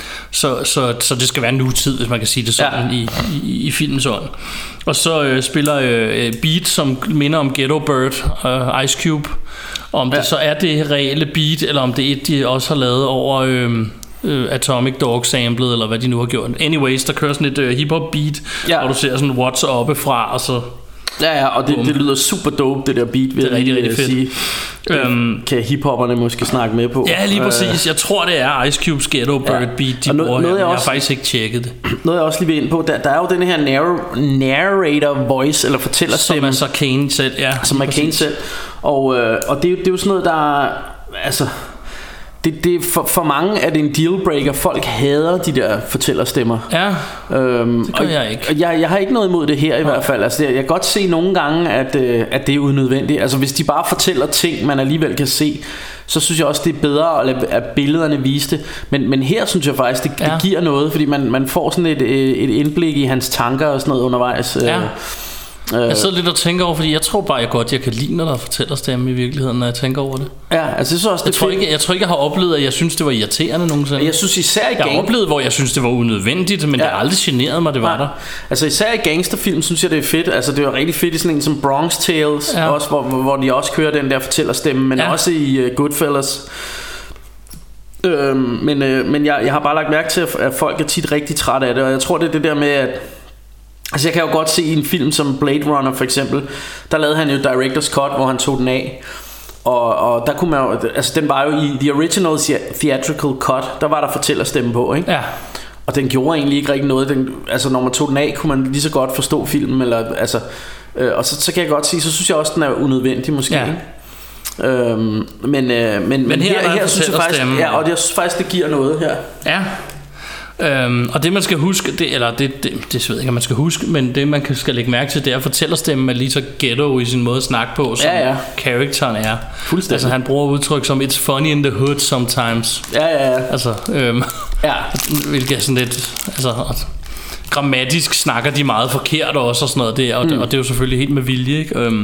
Så det skal være nutid, hvis man kan sige det sådan, i filmens ånd. Og så spiller beat, som minder om Ghetto Bird, Ice Cube. Om det så er det reelle beat, eller om det er et, de også har lavet over Atomic Dog samplet, eller hvad de nu har gjort. Anyways, der kører sådan et hip-hop beat, hvor du ser sådan What's oppefra, og så Ja, og det lyder super dope, det der beat, vil det er rigtig fedt. Sige. Kan hiphopperne måske snakke med på? Ja, lige præcis. Jeg tror, det er Ice Cube's Ghetto Bird beat, de bruger her, men jeg har faktisk ikke tjekket det. Noget jeg også lige vil ind på, der er jo den her narrator voice, eller fortællerstemme, som er så Kane selv, som er Kane selv. Og det er jo sådan noget, der altså det for mange er det en dealbreaker. Folk hader de der fortællerstemmer. Ja, det gør jeg ikke. Jeg har ikke noget imod det her i hvert fald. Altså, jeg kan godt se nogle gange, at det er unødvendigt. Altså hvis de bare fortæller ting, man alligevel kan se, så synes jeg også, det er bedre at lade at billederne vise det. Men her synes jeg faktisk, det giver noget, fordi man får sådan et indblik i hans tanker og sådan noget undervejs. Ja. Jeg sidder lidt og tænker over, fordi jeg tror bare, jeg kan lide, når der fortæller stemme i virkeligheden, når jeg tænker over det. Ja, altså jeg synes også, jeg tror ikke, jeg har oplevet, at jeg synes, det var irriterende nogensinde. Jeg synes især i jeg har oplevet, hvor jeg synes, det var unødvendigt, men det har aldrig generet mig, det var der. Altså især i gangsterfilm, synes jeg, det er fedt. Altså det var rigtig fedt i sådan en som Bronx Tales, også, hvor de også kører den der fortællerstemme, men også i Goodfellas. Men jeg har bare lagt mærke til, at folk er tit rigtig trætte af det, og jeg tror, det er det der med, at altså jeg kan jo godt se i en film som Blade Runner for eksempel, der lavede han jo Director's Cut, hvor han tog den af. Og der kunne man jo, altså den var jo i the original theatrical cut, der var der fortællerstemme på, ikke? Ja. Og den gjorde egentlig ikke rigtig noget. Altså når man tog den af, kunne man lige så godt forstå filmen, eller altså, og så kan jeg godt sige, så synes jeg også, den er unødvendig måske. Ja. Men her synes jeg faktisk, og jeg synes faktisk, det giver noget her. Ja. Og det man skal huske, det ved jeg ikke, om man skal huske, men det man skal lægge mærke til, det er, at fortællerstemmen er lige så ghetto i sin måde at snakke på, som characteren er. Fuldstændig. Altså han bruger udtryk som it's funny in the hood sometimes. Ja. Altså, hvilket er sådan lidt, altså grammatisk snakker de meget forkert også og sådan noget der, og det er jo selvfølgelig helt med vilje, ikke?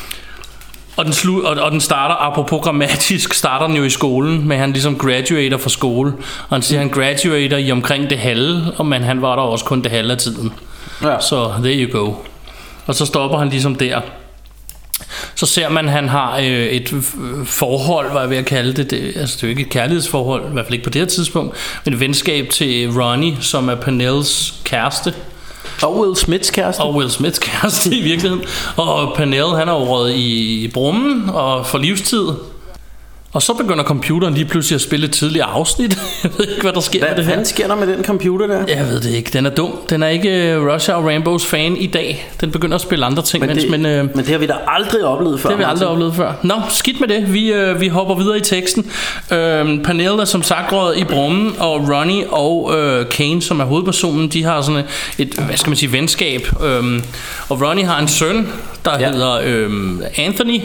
Og den starter, apropos grammatisk, starter den jo i skolen, med han ligesom graduater fra skole. Og han siger, han graduater i omkring det halve, men han var der også kun det halve af tiden. Ja. Så there you go. Og så stopper han ligesom der. Så ser man, han har et forhold, hvad jeg vil kalde det. Altså det er jo ikke et kærlighedsforhold, i hvert fald ikke på det her tidspunkt, men et venskab til Ronnie, som er Pernells kæreste. Og Will Smiths kæreste i virkeligheden. Og Pernell, han er jo røget i brummen og for livstid. Og så begynder computeren lige pludselig at spille et tidligere afsnit. Jeg ved ikke, hvad der sker med det her. Hvad sker der med den computer der? Jeg ved det ikke, den er dum. Den er ikke Russia og Rambos fan i dag. Den begynder at spille andre ting. Men det har vi da aldrig oplevet før. Det har vi aldrig oplevet før. Nå, skidt med det. Vi hopper videre i teksten. Pernell er som sagt røget i brummen, og Ronnie og Kane, som er hovedpersonen, de har sådan et, hvad skal man sige, venskab. Og Ronnie har en søn, der hedder Anthony,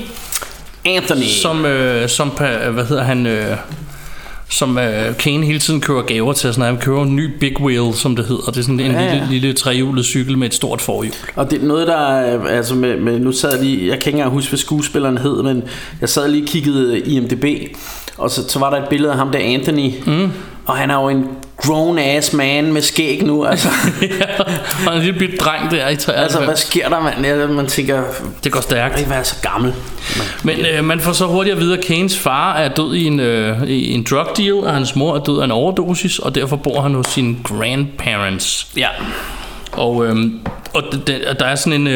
som hvad hedder han, som Kane hele tiden kører gaver til. Sådan, han kører en ny Big Wheel, som det hedder. Det er sådan en lille trehjulet cykel med et stort forhjul. Og det er noget, der altså med nu sad jeg lige, jeg kan ikke engang huske, hvad skuespilleren hed, men jeg sad lige og kiggede IMDb, og så var der et billede af ham der, Anthony. Og han er jo en grown ass man med skæg nu, altså. Og en lille bitte dreng der i 93. Altså hvad sker der, mand? Man tænker, det går stærkt. Jeg kan ikke være så gammel. Men man får så hurtigt at vide, at Kanes far er død i en drug deal, og hans mor er død af en overdosis, og derfor bor han hos sine grandparents. Ja. Og der er sådan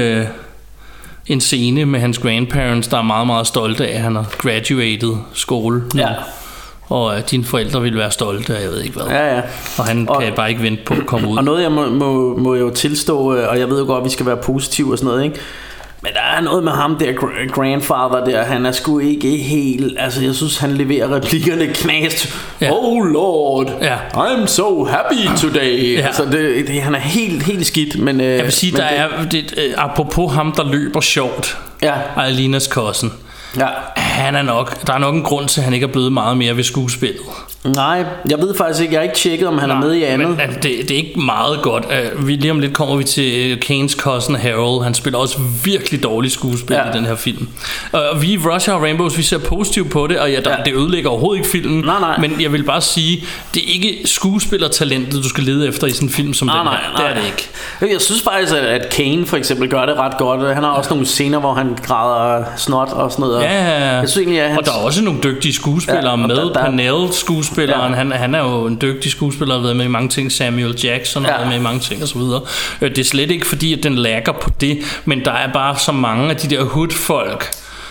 en scene med hans grandparents, der er meget, meget stolte af, at han har graduated skole nu. Ja. Og dine forældre vil være stolte af, jeg ved ikke hvad. Ja. Og han kan bare ikke vente på at komme ud. Og noget jeg må jo tilstå, og jeg ved jo godt, at vi skal være positive og sådan noget, ikke? Men der er noget med ham der, grandfather der, han er sgu ikke helt, altså jeg synes han leverer replikkerne knast. Oh lord, I'm so happy today. Altså han er helt skidt, men jeg vil sige, der er apropos ham der løber sjovt. Alinas cousin. Ja. Der er nok en grund til, at han ikke er blevet meget mere ved skuespillet. Nej, jeg ved faktisk ikke. Jeg har ikke tjekket, om han er med i andet. Men det er ikke meget godt. Lige om lidt kommer vi til Kanes cousin Harold. Han spiller også virkelig dårligt skuespil i den her film. Vi i Russia og Rambos, vi ser positivt på det, og det ødelægger overhovedet ikke filmen. Nej. Men jeg vil bare sige, det er ikke skuespillertalentet, du skal lede efter i sådan en film som den her. Det er det ikke. Jeg synes faktisk, at Kane for eksempel gør det ret godt. Han har også nogle scener, hvor han græder snot og sådan noget. Jeg synes egentlig, og der er også nogle dygtige skuespillere med. Pernell skuespilleren, han er jo en dygtig skuespiller, har været med i mange ting. Samuel Jackson har været med i mange ting og så videre. Det er slet ikke fordi, at den lagger på det, men der er bare så mange af de der hood-folk,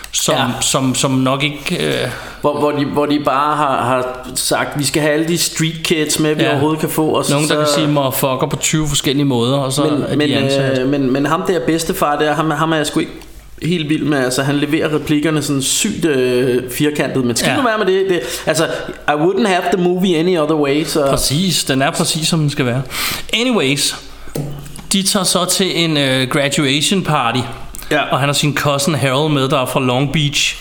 som nok ikke hvor de bare har sagt, vi skal have alle de street kids med, vi overhovedet kan få, og nogen der kan sige motherfucker på 20 forskellige måder, og så men ham der bedstefar der, ham er jeg sgu ikke helt vild med, altså han leverer replikkerne sådan sygt firkantet, men skal du være med det, altså I wouldn't have the movie any other way, så præcis, den er præcis som den skal være. Anyways, de tager så til en graduation party, og han har sin cousin Harold med, der er fra Long Beach.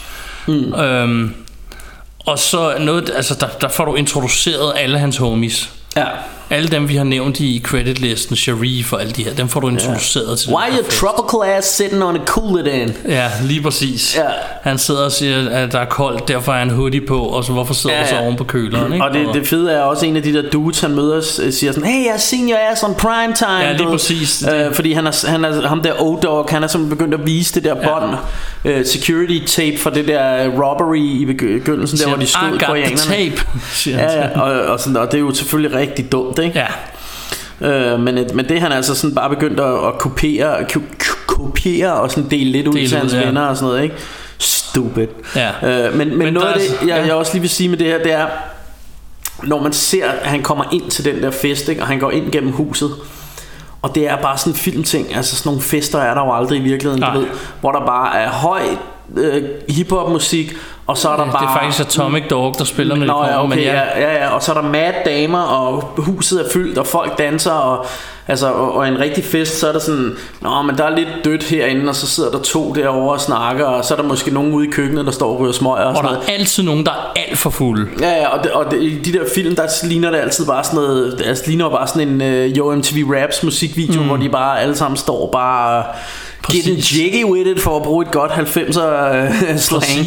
Og så noget, altså der får du introduceret alle hans homies. Ja. Alle dem vi har nævnt i creditlisten, Sharif og alle de her, dem får du introduceret til. Why your tropical ass sitting on a cooler then? Ja, lige præcis. Ja. Han sidder og siger, at der er koldt, derfor har han hoodie på, og så hvorfor sidder du så oven på køleren, ikke? Og det fede er også en af de der dudes, han møder, siger sådan, hey, I've seen your ass on prime time. Ja, lige præcis. Fordi han er ham der O-Dog, han er simpelthen begyndt at vise det der bånd, security tape for det der robbery i begyndelsen, der hvor de skød koreanerne. Tape, ja, og det er jo selvfølgelig rigtig dumt, ikke? Ja. Men det han altså sådan bare begyndt at kopiere og sådan dele lidt ud til hans venner og sådan noget, ikke? Stupid. Ja. Men noget af det jeg også lige vil sige med det her, det er, når man ser at han kommer ind til den der fest, ikke? Og han går ind gennem huset, og det er bare sådan en filmting. Altså sådan nogle fester er der jo aldrig i virkeligheden, du ved, hvor der bare er høj hiphop musik, og så er der bare, det er faktisk Atomic Dog der spiller når de kommer, okay, men ja, og så er der mad damer, og huset er fyldt, og folk danser, og en rigtig fest, så er der sådan, men der er lidt dødt herinde, og så sidder der to derovre og snakker, og så er der måske nogen ude i køkkenet, der står og ryger smøger og der er altid nogen, der er alt for fulde. Ja, og i de der film, der ligner det altid bare sådan noget, altså ligner bare sådan en Yo MTV Raps musikvideo, hvor de bare alle sammen står bare getting jiggy with it, for at bruge et godt 90'er slang.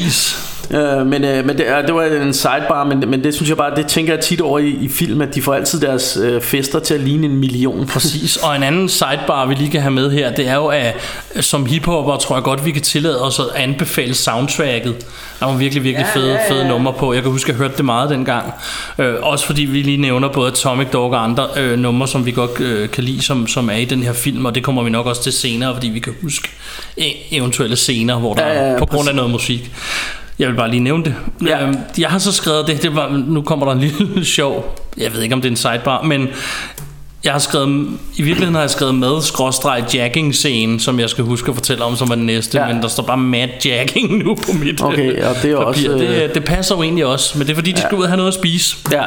Men det var en sidebar, men det synes jeg bare, det tænker jeg tit over i film, at de får altid deres fester til at ligne 1 million. Præcis. Og en anden sidebar vi lige kan have med her, det er jo at som hiphopper tror jeg godt vi kan tillade os at anbefale soundtracket. Der var virkelig fede numre på. Jeg kan huske at jeg hørte det meget dengang. Også fordi vi lige nævner både Atomic Dog og andre numre som vi godt kan lide, som er i den her film, og det kommer vi nok også til senere, fordi vi kan huske eventuelle scener hvor der på grund af noget musik. Jeg vil bare lige nævne det. Jeg har så skrevet det var, nu kommer der en lille sjov, jeg ved ikke om det er en sidebar, men jeg har skrevet, i virkeligheden har jeg skrevet med /jacking scene, som jeg skal huske at fortælle om, som var den næste, men der står bare mad jacking nu på mit og det er papir. Også det passer jo egentlig også, men det er fordi de skal ud og have noget at spise. Ja.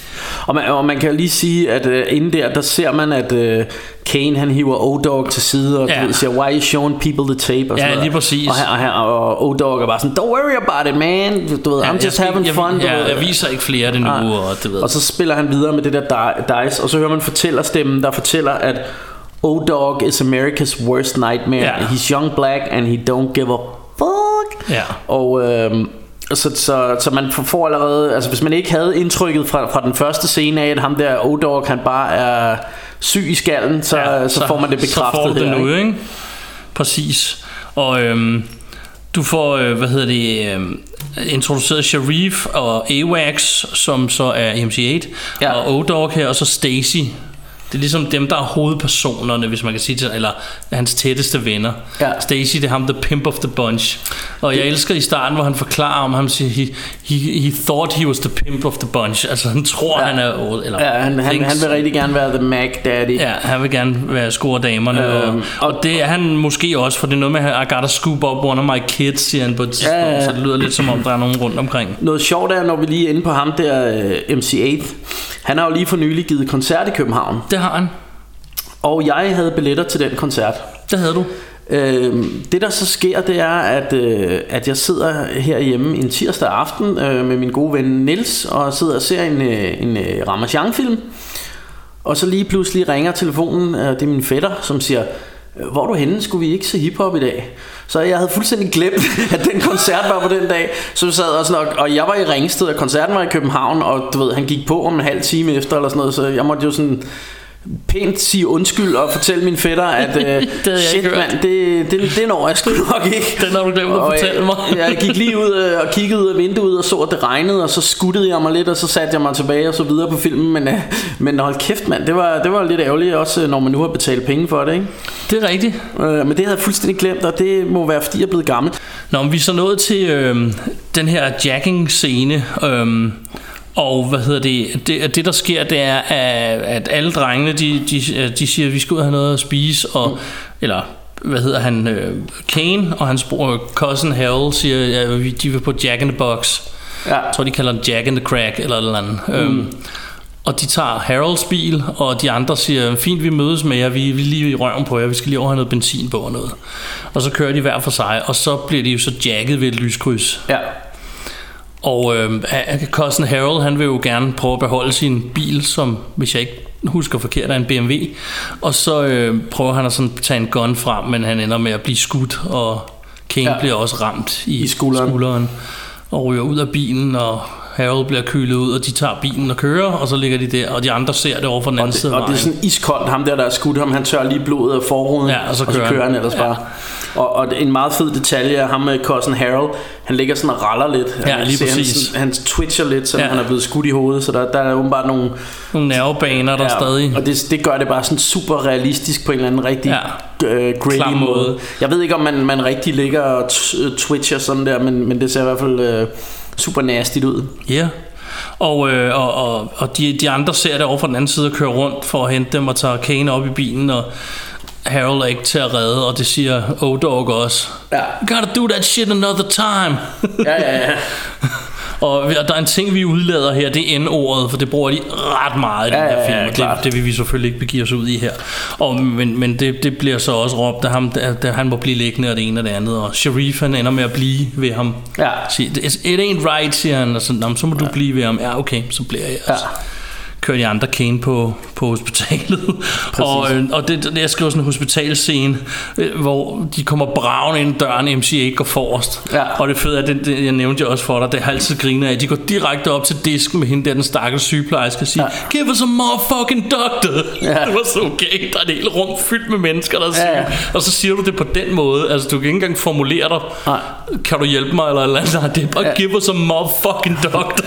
Og man kan lige sige, at inden der ser man, at Kane han hiver O-Dog til side og siger, why are you showing people the tape? Og sådan lige præcis. Og O-Dog er bare sådan, don't worry about it, man. Du ved, I'm just having fun. Jeg viser ikke flere af det nu. Og så spiller han videre med det der dice, og så hører man fortællerstemmen, der fortæller, at O-Dog is America's worst nightmare. He's young black and he don't give a fuck. Og så man får allerede, altså hvis man ikke havde indtrykket fra den første scene af, at ham der O-Dog han bare er syg i skallen, så får man det bekræftet. Så får du det nu, ikke? Præcis. Og du får introduceret Sharif og AWAX, som så er MC8, og O-Dog her, og så Stacy. Det er ligesom dem, der er hovedpersonerne, hvis man kan sige det, eller hans tætteste venner. Stacy, det er ham, the pimp of the bunch. Og jeg elsker i starten, hvor han forklarer om ham, siger, he thought he was the pimp of the bunch. Altså han tror, han er... Eller han vil rigtig gerne være the Mac Daddy. Ja, han vil gerne være score-damerne. Og det er han måske også, for det er noget med, I gotta scoop up one of my kids, siger han på et tidspunkt. Så det lyder lidt som om, der er nogen rundt omkring. Noget sjovt er, når vi lige er inde på ham der, MC8. Han har jo lige for nylig givet koncert i København. Det har han. Og jeg havde billetter til den koncert. Det havde du. Det der så sker, det er at jeg sidder herhjemme en tirsdag aften med min gode ven Niels, og sidder og ser en Ramachan-film. Og så lige pludselig ringer telefonen. Det er min fætter, som siger, hvor er du henne? Skulle vi ikke se hiphop i dag? Så jeg havde fuldstændig glemt, at den koncert var på den dag. Så vi sad også nok, og jeg var i Ringsted, og koncerten var i København, og du ved, han gik på om en halv time efter eller sådan noget, så jeg måtte jo sådan pænt sige undskyld og fortælle min fætter, at shit mand, det når jeg sgu nok ikke. Den har du glemt at fortælle mig. Jeg gik lige ud og kiggede ud af vinduet og så, at det regnede, og så skuttede jeg mig lidt, og så satte jeg mig tilbage og så videre på filmen. Men hold kæft mand, det var lidt ærgerligt også, når man nu har betalt penge for det, ikke? Det er rigtigt. Men det havde jeg fuldstændig glemt, og det må være fordi jeg er blevet gammel. Nå, men vi er så nået til den her jacking scene. Og det der sker, det er at alle drengene de siger at vi skal ud og have noget at spise, og eller hvad hedder han, Kane og hans cousin Harold siger, de vil på Jack in the Box. Jeg tror de kalder den Jack in the Crack eller andet. Og de tager Harolds bil, og de andre siger, fint, vi mødes med jer, vi er lige i røven på jer, vi skal lige over have noget benzin på og noget. Og så kører de hver for sig, og så bliver de jo så jacket ved et lyskryds. Ja. Og cousin Harold, han vil jo gerne prøve at beholde sin bil, som, hvis jeg ikke husker forkert, er en BMW. Og så prøver han at sådan tage en gun frem, men han ender med at blive skudt, og Kane bliver også ramt i skulderen. Og ryger ud af bilen, og Harold bliver kølet ud, og de tager bilen og kører, og så ligger de der, og de andre ser det over for den anden side. Og det er sådan iskoldt, ham der er skudt ham, han tør lige blodet af forruden, og så kører han ellers bare. Og en meget fed detalje er ham med cousin Harold, han ligger sådan og raller lidt. Ja, lige præcis. Han twitcher lidt, så han er blevet skudt i hovedet, så der er åbenbart nogle nervebaner der stadig. Og det gør det bare sådan super realistisk på en eller anden rigtig gritty måde. Jeg ved ikke, om man rigtig ligger og twitcher sådan der, men det ser i hvert fald super nastigt ud. Ja. Og de andre ser det over fra den anden side og kører rundt for at hente dem og tager Kane op i bilen, og Harold er ikke til at redde, og det siger O-Dog også. Gotta do that shit another time. Ja. Og der er en ting vi udlader her, det er N-ordet, for det bruger de ret meget i den her film, og det vil vi selvfølgelig ikke begive os ud i her. Men det bliver så også råbt af ham, at han må blive liggende og det ene og det andet, og Sharif han ender med at blive ved ham. It ain't right, siger han, og så må du blive ved ham. Ja, okay, så bliver jeg altså. Kører de andre Kane på hospitalet. Og jeg skriver sådan en hospitalscene, hvor de kommer braven ind døren, MCA går forrest. Og det fede er, det jeg nævnte jeg også for dig, det er altid griner af. De går direkte op til disken med hende der, den stakkels sygeplejerske, og siger, give us a motherfucking doctor. Det var så okay. Der er et helt rum fyldt med mennesker, der siger. Og så siger du det på den måde. Altså du kan ikke engang formulere dig. Kan du hjælpe mig eller andet? Det er bare give us a motherfucking doctor.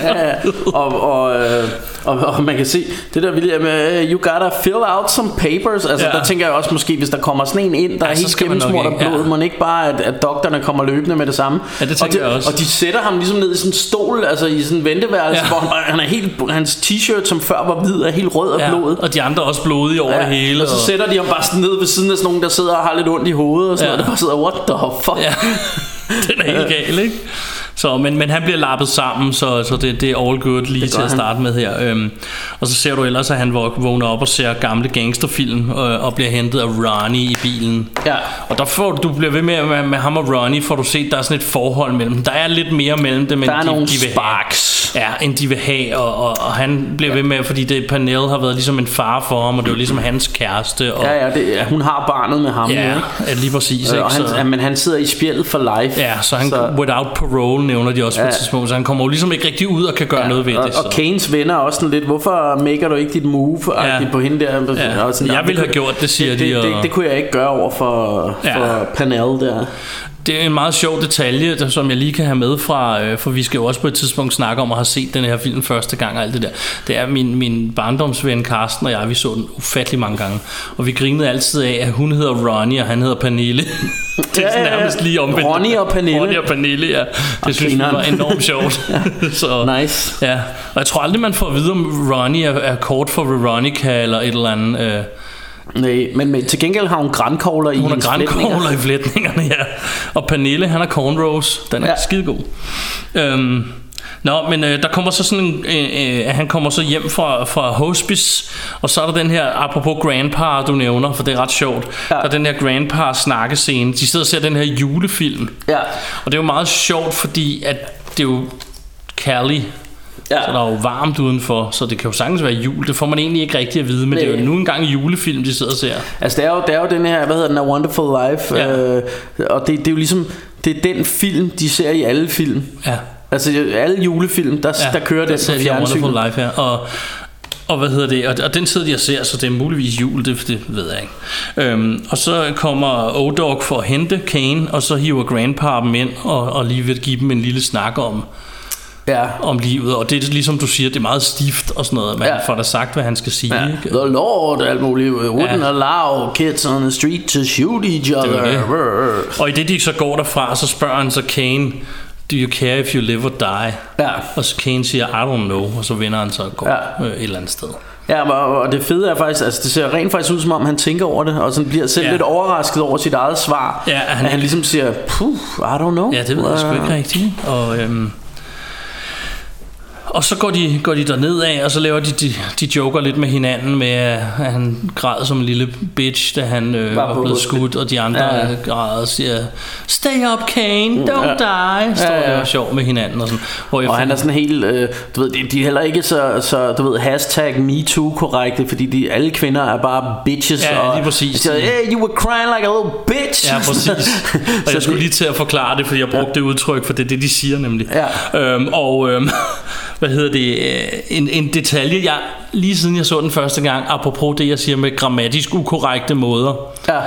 Og man kan se det der vilje med you gotta fill out some papers. Altså der tænker jeg også måske, hvis der kommer sådan en ind, der er helt gennemsmurt af blod, må ikke bare at doktorerne kommer løbende med det samme. Det tænker jeg også. Og de sætter ham ligesom ned i sådan en stol, altså i sådan en venteværelse, hvor han er helt, hans t-shirt som før var hvid er helt rød af blod. Og de andre også blodige over det hele. Og så sætter de ham bare sådan ned ved siden af sådan nogen, der sidder og har lidt ondt i hovedet og sådan noget, der bare sidder what the fuck. Den er helt gal, ikke? Så, men han bliver lappet sammen, så det er all good lige til at starte med her. Og så ser du ellers, at han vågner op og ser gamle gangsterfilm og bliver hentet af Ronnie i bilen. Og der du bliver ved med ham og Ronnie, får du set, der er sådan et forhold mellem dem. Der er lidt mere mellem dem, end der er nogle sparks. End de vil have, og han bliver ved med, fordi Pernille har været ligesom en far for ham, og det var ligesom hans kæreste. Og hun har barnet med ham. Lige præcis. Men han sidder i spjældet for life. Så han without parole nævner de også på et tidspunkt, så han kommer jo ligesom ikke rigtig ud og kan gøre noget ved det. Og Kanes venner er også sådan lidt, hvorfor maker du ikke dit move på hende der? Sådan, jeg ville have gjort det, siger de. Det kunne jeg ikke gøre over for Pernille der. Det er en meget sjov detalje, som jeg lige kan have med fra, for vi skal jo også på et tidspunkt snakke om at have set den her film første gang og alt det der. Det er min barndomsven Karsten og jeg, vi så den ufattelig mange gange, og vi grinede altid af, at hun hedder Ronnie, og han hedder Pernille. Det er nærmest lige omvendt. Ronnie og Pernille, ja. Det synes vi var enormt sjovt. Så, nice. Ja. Og jeg tror aldrig, man får at vide, om Ronnie er kort for Veronica eller et eller andet. Nej, men til gengæld har hun grænkogler i hendes flætninger. Hun har grænkogler i flætningerne, ja. Og Pernille, han har cornrows. Den er skidegod. Men der kommer så sådan han kommer så hjem fra hospice, og så er der den her, apropos grandpa du nævner, for det er ret sjovt, der er den her grandpa snakkescene. De sidder og ser den her julefilm, og det er jo meget sjovt, fordi at det er jo Cali. Så der er jo varmt udenfor, så det kan jo sagtens være jul. Det får man egentlig ikke rigtig at vide, men det er jo nu engang julefilm, de sidder og ser. Altså det er jo den her, hvad hedder den, A Wonderful Life, og det er jo ligesom, det er den film, de ser i alle film. Altså alle julefilm, der kører den på fjernsyn. Wonderful Life her, og hvad hedder det, og den sidder de og ser, så det er muligvis jul, det ved jeg ikke. Og så kommer O-Dog for at hente Kane, og så hiver grandpa dem ind og lige vil give dem en lille snak om livet, og det er ligesom du siger, det er meget stift og sådan noget, man får da sagt, hvad han skal sige. The Lord, alt muligt, wouldn't allow kids on the street to shoot each other. Og i det de så går derfra, så spørger han så Kane, do you care if you live or die? Og så Kane siger, I don't know, og så vender han så og går et eller andet sted. Ja, og det fede er faktisk, altså det ser rent faktisk ud som om han tænker over det, og sådan bliver selv lidt overrasket over sit eget svar. Ja, han ligesom siger, I don't know. Ja, det ved jeg sgu ikke rigtigt. Og så går de derned af, og så laver de joker lidt med hinanden med, at han græd som en lille bitch, da han var blevet skudt, og de andre græder og siger, stay up, Kane, don't die. Står der og sjov med hinanden og sådan. Og han er sådan helt, du ved, de er heller ikke så du ved, hashtag MeToo korrekte, fordi alle kvinder er bare bitches. Ja, lige præcis. Så, hey, you were crying like a little bitch. Ja, præcis. Og jeg skulle lige til at forklare det, fordi jeg brugte det udtryk, for det de siger nemlig. Ja. Hvad hedder det? En detalje, jeg lige siden jeg så den første gang, apropos det jeg siger med grammatisk ukorrekte måder,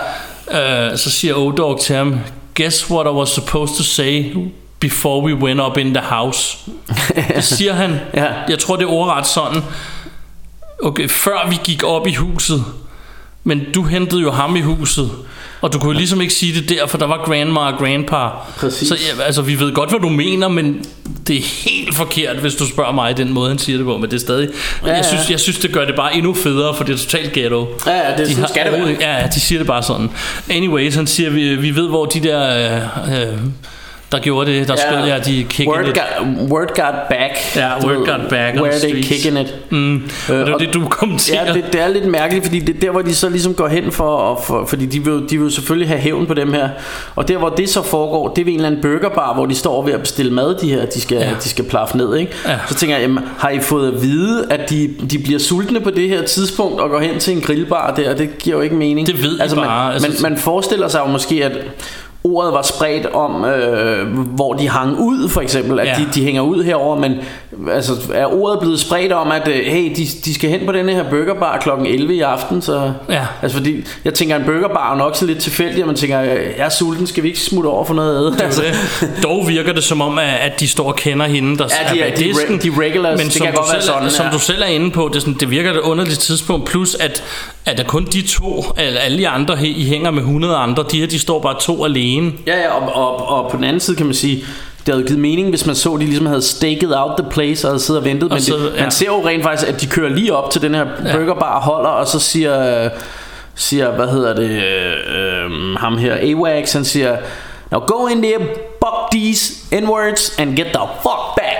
så siger O-Dog til ham, guess what I was supposed to say before we went up in the house. Det siger han. Jeg tror det er ordret sådan. Okay, før vi gik op i huset, men du hentede jo ham i huset, og du kunne ligesom ikke sige det der, for der var grandma og grandpa. Præcis. Så altså, vi ved godt hvad du mener, men det er helt forkert, hvis du spørger mig den måde han siger det på. Men det er stadig jeg synes det gør det bare endnu federe, for det er totalt ghetto. Det skal det være. Ja, de siger det bare sådan. Anyways, han siger vi ved hvor de der der gjorde det, der skød jeg, de kicking it. Word got back. Ja, word got back. Where they kicking it. Det var det, du kommenterer. Ja, det er lidt mærkeligt, fordi det er der, hvor de så ligesom går hen fordi de vil selvfølgelig have hævn på dem her. Og der, hvor det så foregår, det er ved en eller anden burgerbar, hvor de står ved at bestille mad, de her, de skal plaffe ned, ikke? Ja. Så tænker jeg, har I fået at vide, at de bliver sultne på det her tidspunkt, og går hen til en grillbar der, det giver jo ikke mening. Det ved I bare. Man forestiller sig jo måske, at ordet var spredt om, hvor de hang ud, for eksempel, at de hænger ud herover, men altså, er ordet blevet spredt om, at hey, de skal hen på denne her burgerbar klokken 11 i aften, så altså, fordi jeg tænker, en burgerbar er nok så lidt tilfældig, og man tænker, jeg er sulten, skal vi ikke smutte over for noget at æde? Dog virker det som om, at de står og kender hende, der er bag disken, de regulars, men som du selv er inde på, det virker et underligt tidspunkt, plus at der kun de to, alle de andre, I hænger med 100 andre, de står bare to alene. Ja, og på den anden side kan man sige, det havde givet mening, hvis man så, de ligesom havde staked out the place og havde siddet og ventet, men man ser jo rent faktisk, at de kører lige op til den her burgerbar, holder, og så siger hvad hedder det, ham her, AWACS, han siger, now go in there, buck these N-words and get the fuck back,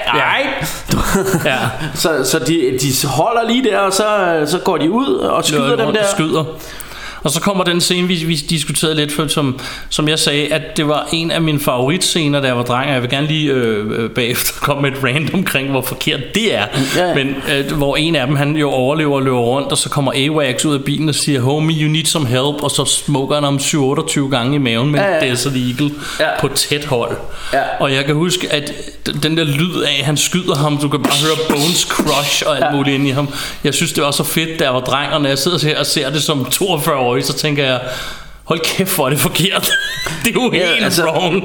alright? Så de holder lige der, og så går de ud og skyder dem der. Og så kommer den scene, vi diskuterede lidt før, som jeg sagde, at det var en af mine favoritscener, da jeg var dreng, og jeg vil gerne lige bagefter komme med et rant omkring, hvor forkert det er. Men hvor en af dem, han jo overlever og løber rundt, og så kommer AWACS ud af bilen og siger, homie, you need some help, og så smukker han om 27 gange i maven med en Desert Eagle på tæt hold. Og jeg kan huske, at den der lyd af, han skyder ham, du kan bare høre bones crush og alt muligt ind i ham. Jeg synes, det var så fedt, da jeg var dreng, og når jeg sidder her og ser det som 42 så tænker jeg, hold kæft, hvor er det forkert. Det er jo helt wrong.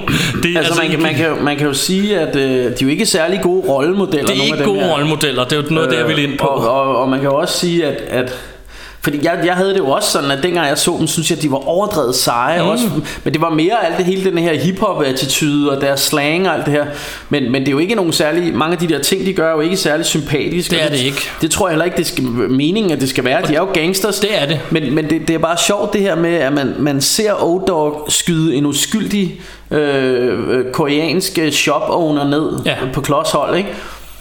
Man kan jo sige, at de er jo ikke særlig gode rollemodeller. Det er ikke gode rollemodeller. Det er jo noget, jeg vil ind på. Og man kan jo også sige, at fordi jeg havde det jo også sådan, at dengang jeg så dem, synes jeg, at de var overdrevet seje også, men det var mere alt det hele, den her hiphop-attitude og deres slang og alt det her, men det er jo ikke nogen særlig, mange af de der ting, de gør jo ikke særlig sympatiske. Det er det ikke. Det tror jeg heller ikke, det skal meningen, at det skal være. De er jo gangsters. Det er det. Men det er bare sjovt det her med, at man ser O-Dog skyde en uskyldig koreansk shop-owner ned på klodshold, ikke?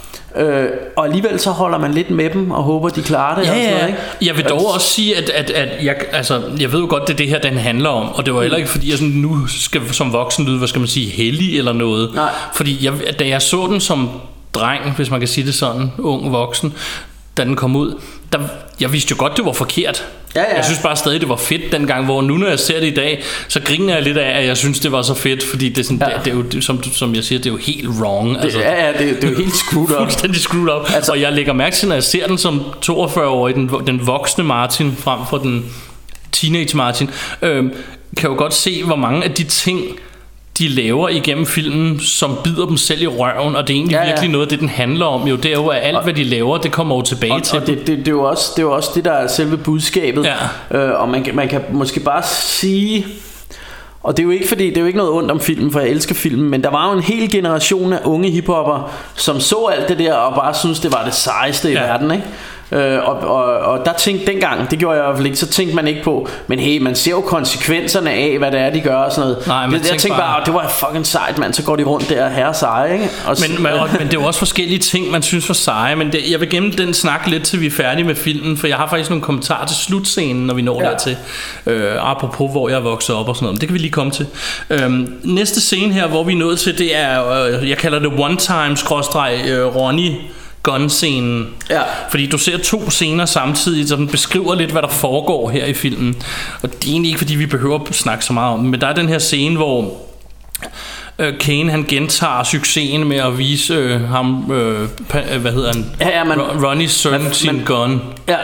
Og alligevel så holder man lidt med dem og håber de klarer det og sådan noget, ikke? Jeg vil dog også sige at jeg ved jo godt det her den handler om, og det var heller ikke fordi jeg sådan nu skal som voksen lyde, hvad skal man sige, hellig eller noget. Nej. Fordi da jeg så den som dreng, hvis man kan sige det sådan, ung voksen, da den kom ud, jeg vidste jo godt det var forkert. Jeg synes bare stadig det var fedt dengang, hvor nu når jeg ser det i dag, så griner jeg lidt af, at jeg synes det var så fedt, fordi det er sådan, det er jo som jeg siger, det er jo helt wrong. Altså, det er jo helt screwed up. Fuldstændig screwed up. Altså, og jeg lægger mærke til, når jeg ser den som 42-årig, den voksne Martin frem for den teenage Martin, kan jo godt se, hvor mange af de ting de laver igennem filmen, som bider dem selv i røven, og det er egentlig virkelig noget af det, den handler om. Jo, det er jo, at alt, hvad de laver, det kommer jo tilbage til. Og det er jo også det, der er selve budskabet. Og man kan måske bare sige, og det er jo ikke fordi, det er jo ikke noget ondt om filmen, for jeg elsker filmen, men der var jo en hel generation af unge hiphopper, som så alt det der, og bare synes det var det sejeste i verden, ikke? Og der tænkte dengang, det gjorde jeg i hvert fald ikke, så tænkte man ikke på, men hey, man ser jo konsekvenserne af, hvad det er, de gør og sådan noget. Nej, jeg tænkte bare, det var fucking sejt, mand, så går de rundt der herre seje, ikke? Men det er jo også forskellige ting, man synes var seje, men jeg vil gemme den snak lidt, til vi er færdige med filmen, for jeg har faktisk nogle kommentarer til slutscenen, når vi når dertil, apropos hvor jeg er vokset op og sådan noget, men det kan vi lige komme til. Næste scene her, hvor vi er nået til, det er, jeg kalder det one-time-Ronny gun-scenen. Ja. Fordi du ser 2 scener samtidig, som beskriver lidt, hvad der foregår her i filmen. Og det er egentlig ikke, fordi vi behøver at snakke så meget om det, men der er den her scene, hvor Kane han gentager succesen med at vise ham, hvad hedder han? Ronnys søn sin gun.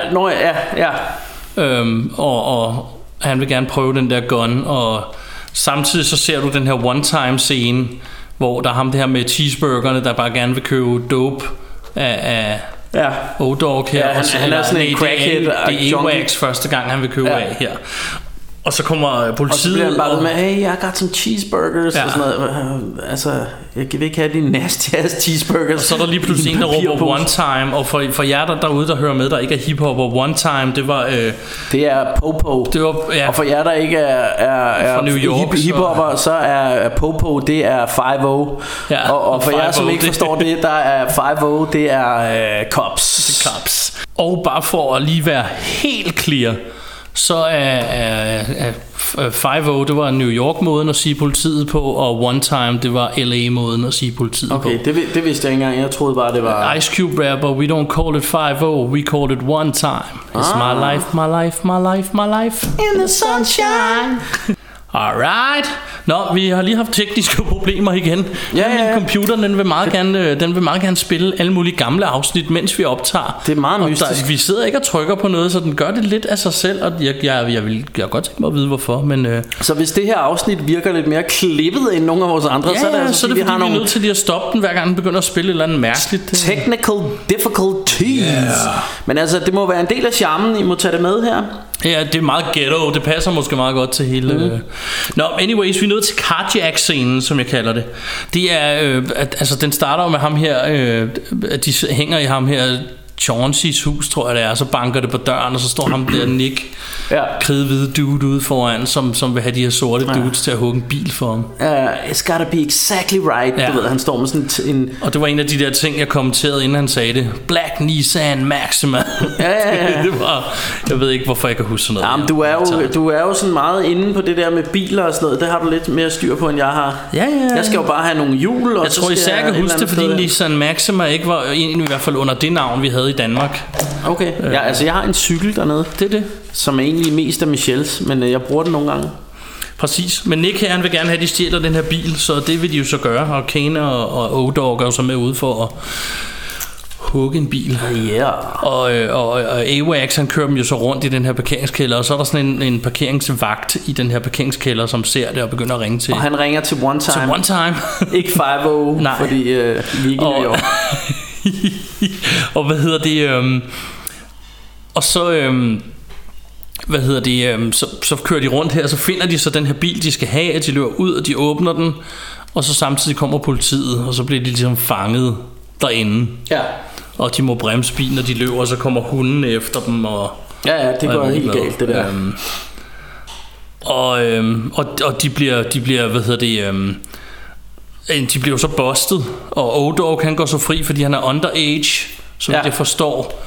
Og han vil gerne prøve den der gun, og samtidig så ser du den her one-time scene, hvor der er ham det her med cheeseburgerne, der bare gerne vil købe dope af O-Dog her. Ja, han er sådan en crackhead. Det er Ewax første gang han vil købe af her. Og så kommer politiet, og så bliver han bare med, hey, I got some cheeseburgers og sådan noget. Altså, jeg vil ikke have de nasty ass cheeseburgers. Og så er der lige pludselig en, der råber one time. Og for jer derude, der hører med, der ikke er hiphop, og one time, det var det er Popo. Det var, ja. Og for jer, der ikke er fra New York, hiphopper, så er Popo, det er 5-0. Ja, og for jer, som ikke forstår det, der er 5-0, det er cops. Det er cops. Og bare for at lige være helt clear, så er 5-0, det var New York-måden at sige politiet på, og one time, det var LA-måden at sige politiet på. Okay, det vidste jeg ikke engang. Jeg troede bare, det var Ice Cube rapper, we don't call it 5-0, we call it one time. It's my life, my life, my life, my life in the sunshine. Alright. Nå, vi har lige haft tekniske problemer igen. Min computer, den vil meget gerne spille alle mulige gamle afsnit, mens vi optager. Det er meget mystisk. Vi sidder ikke og trykker på noget, så den gør det lidt af sig selv, og jeg vil godt tænke mig at vide hvorfor, men så hvis det her afsnit virker lidt mere klippet end nogle af vores andre, så er det altså, fordi vi er nødt til lige at stoppe den, hver gang den begynder at spille et eller andet mærkeligt. Technical difficulties. Men altså, det må være en del af charmen. I må tage det med her. Ja, det er meget ghetto. Det passer måske meget godt til hele Nå, anyways, vi er nået til carjack-scenen, som jeg kalder det. Det er, altså den starter med ham her, at de hænger i ham her Chauncey's hus, tror jeg det er. Så banker det på døren, og så står ham der Nick, kridhvide dude ude foran, som vil have de her sorte dudes til at hugge en bil for ham. It's gotta be exactly right. Du ved, han står med sådan en og det var en af de der ting, jeg kommenterede, inden han sagde det. Black Nissan Maxima. Det var, jeg ved ikke, hvorfor jeg kan huske sådan noget. Jamen, du er jo sådan meget inde på det der med biler og sådan noget. Det har du lidt mere styr på, end jeg har. Jeg skal jo bare have nogle hjul. Og jeg tror især, jeg kan huske det, fordi Nissan Maxima ikke var i hvert fald under det navn, vi havde i Danmark. Okay, altså jeg har en cykel dernede. Det er det. Som er egentlig mest af Michels, men jeg bruger den nogle gange. Præcis, men Nick her, han vil gerne have, at de stjæler den her bil, så det vil de jo så gøre. Og Kane og O-Dog er jo så med ude for at hugge en bil. Og Awax, han kører dem jo så rundt i den her parkeringskælder, og så er der sådan en parkeringsvagt i den her parkeringskælder, som ser det og begynder at ringe til. Og han ringer til one time. Til one time. Ikke 5-0, fordi vi er ikke i New York. Og hvad hedder det? Og så så kører de rundt her, og så finder de så den her bil, de skal have, at de løber ud, og de åbner den, og så samtidig kommer politiet, og så bliver de ligesom fanget derinde. Ja. Og de må bremse bilen, og de løber, og så kommer hunden efter dem. Og det går helt galt, det der. Og de bliver hvad hedder det? De bliver så bustet, og O-Dog kan gå så fri, fordi han er underage, som det forstår.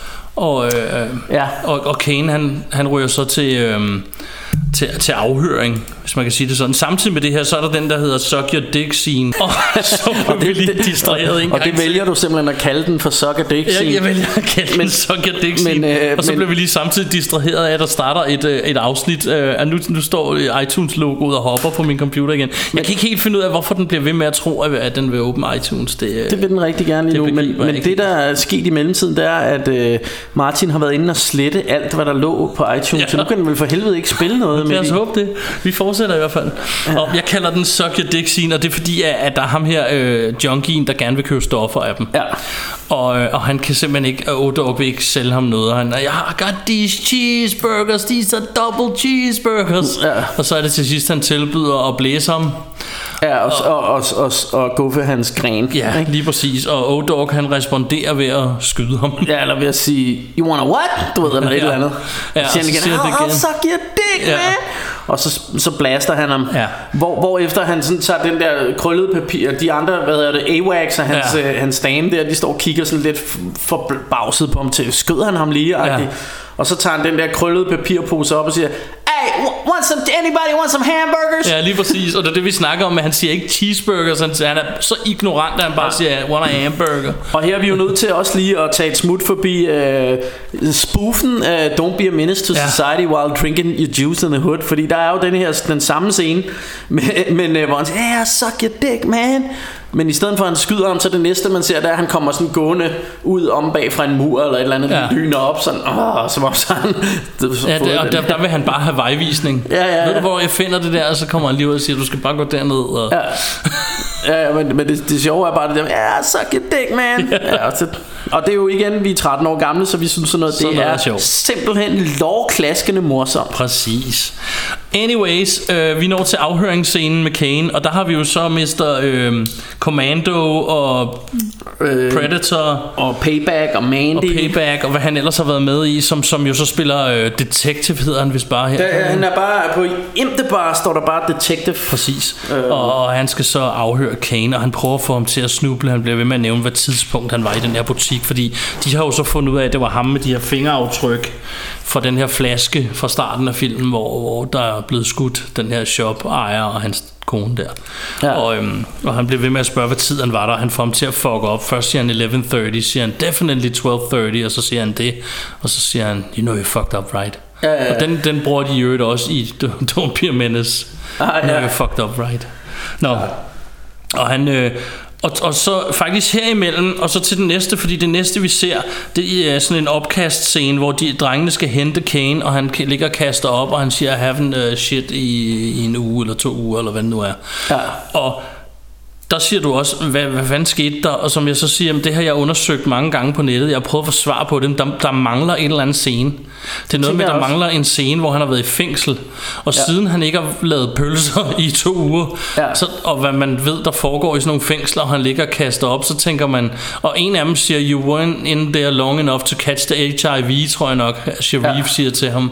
Og Kane han ryger så til afhøring, hvis man kan sige det sådan. Samtidig med det her, så er der den, der hedder Suck Your Dick Scene. Og så blev vi lige distraheret en gang. Og det vælger du simpelthen at kalde den for Suck Your Dick Scene. Jeg vælger at kalde den Suck Your Dick Scene. Og så blev vi lige samtidig distraheret af, at der starter et afsnit. Nu står iTunes-logoet og hopper på min computer igen. Jeg kan ikke helt finde ud af, hvorfor den bliver ved med at tro, at den vil åbne iTunes. Det vil den rigtig gerne lige nu. Men det, der er sket i mellemtiden, det er, at Martin har været inde og slette alt, hvad der lå på iTunes. Så nu kan den vel for helvede ikke spille noget med. Lad os håbe det. Vi fortsætter i hvert fald. Og jeg kalder den Suck Your Dick Scene, og det er fordi, at der er ham her junkien, der gerne vil købe stoffer af dem. Og han kan simpelthen ikke, O-Dog vil ikke sælge ham noget. Han, I got these cheeseburgers, these are double cheeseburgers. Og så er det til sidst, han tilbyder at blæse ham. Ja, og gå for hans gren. Ja, ikke? Lige præcis. Og O-Dog, han responderer ved at skyde ham. Ja, eller ved at sige, you wanna what? Du ved, eller et eller andet. Ja, så siger han igen, suck your dick, man. Og så blaster han ham. Hvor efter han sådan tager den der krøllede papir, de andre, AWACS og hans dame der, de står og kigger sådan lidt forbavset på ham til, skød han ham lige, og så tager han den der krøllede papirpose op og siger, hey, anybody want some hamburgers? Ja, lige præcis. Og det er det, vi snakker om, at han siger ikke cheeseburgers. Han er så ignorant, at han bare siger, want a hamburger. Og her er vi jo nødt til også lige at tage et smut forbi spoofen Don't be a menace to society while drinking your juice in the hood. Fordi der er jo den samme scene, men hvor han siger, yeah, suck your dick, man. Men i stedet for at han skyder ham, så det næste man ser, der er, han kommer sådan gående ud om bag fra en mur eller et eller andet, lyner op sådan, som om så han og der vil han bare have vejvisning. Ved du hvor jeg finder det der? Og så kommer han lige ud og siger, du skal bare gå derned og... men det sjove er bare det der, suck your dick, man. Og det er jo igen, vi er 13 år gamle, så vi synes sådan noget, det er simpelthen lovklaskende morsomt. Præcis. Anyways, vi når til afhøringsscenen med Kane, og der har vi jo så Mr. Commando og Predator og Payback og Mandy og hvad han ellers har været med i, som jo så spiller Detective, hedder han vist bare her. Han er bare på Imdebar, står der bare Detective. Præcis. Og han skal så afhøre Kane, og han prøver at få ham til at snuble. Han bliver ved med at nævne, hvad tidspunkt han var i den her butik, fordi de har jo så fundet ud af, at det var ham med de her fingeraftryk fra den her flaske fra starten af filmen, hvor der er blevet skudt, den her shop-ejer og hans kone der. Og han bliver ved med at spørge, hvad tid han var der. Han får ham til at fuck op. Først siger han 11:30, siger han definitely 12:30, og så siger han det, og så siger han, you know you fucked up, right? Og den bruger de jo også i Don't Be a Menace. You know you fucked up, right? Og han... Og så faktisk herimellem, og så til den næste, fordi det næste vi ser, det er sådan en opkastscene, hvor drengene skal hente Kane, og han ligger og kaster op, og han siger, I haven't shit i en uge eller 2 uger, eller hvad det nu er. Og der siger du også, hvad fanden skete der? Og som jeg så siger, det har jeg undersøgt mange gange på nettet. Jeg har prøvet at få svar på det. Der mangler en eller anden scene. Det er noget med, der mangler en scene, hvor han har været i fængsel. Og siden han ikke har lavet pølser i 2 uger, og hvad man ved, der foregår i sådan nogle fængsler, og han ligger og kaster op, så tænker man... Og en af dem siger, you weren't in there long enough to catch the HIV, tror jeg nok, Sharif siger til ham.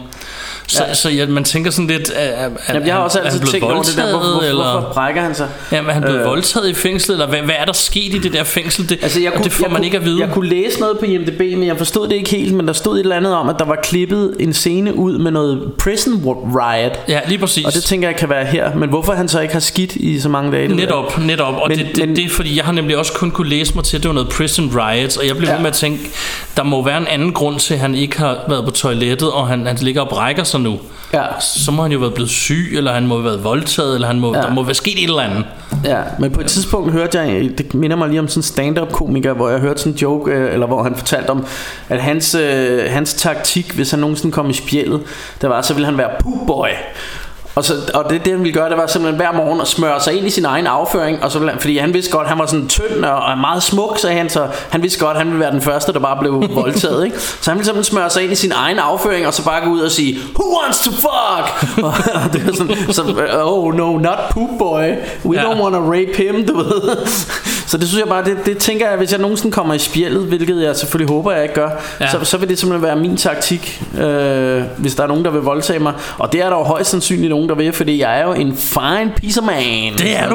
Så man tænker sådan lidt, jeg har også altid tænkt over det der, hvorfor brækker han sig? Jamen, er han blevet voldtaget i fængslet, eller hvad er der sket i det der fængsel? Det får man ikke at vide. Jeg kunne læse noget på IMDb, men jeg forstod det ikke helt, men der stod et eller andet om, at der var klippet en scene ud med noget prison riot. Ja, lige præcis. Og det tænker jeg kan være her, men hvorfor han så ikke har skidt i så mange dage? Netop. Og det er fordi, jeg har nemlig også kun kunne læse mig til, at det var noget prison riots, og jeg blev ved med at tænke, der må være en anden grund til, at han ikke har været på toilettet, og han ligger og brækker sig nu. Så må han jo være blevet syg, eller han må have været voldtaget, eller der må være sket et eller andet. Ja, men på et tidspunkt hørte jeg, det minder mig lige om sådan en stand-up komiker, hvor jeg hørte sådan en joke, eller hvor han fortalte om, at hans taktik, hvis han nogensinde kom i spjældet, der var, så ville han være poop boy. Og det han ville gøre, det var simpelthen hver morgen at smøre sig ind i sin egen afføring, og så, fordi han vidste godt, han var sådan tynd og meget smuk, sagde han, så han vidste godt, han ville være den første, der bare blev voldtaget, ikke? Så han ville simpelthen smøre sig ind i sin egen afføring, og så bare gå ud og sige, who wants to fuck? og det var sådan, oh no, not poop boy, we don't wanna rape him, du ved. Så det synes jeg bare, det tænker jeg, hvis jeg nogensinde kommer i spjældet, hvilket jeg selvfølgelig håber, jeg ikke gør, så vil det simpelthen være min taktik, hvis der er nogen, der vil voldtage mig. Og det er der jo højst sandsynligt nogen, der vil, fordi jeg er jo en fine piece of man. Det er du.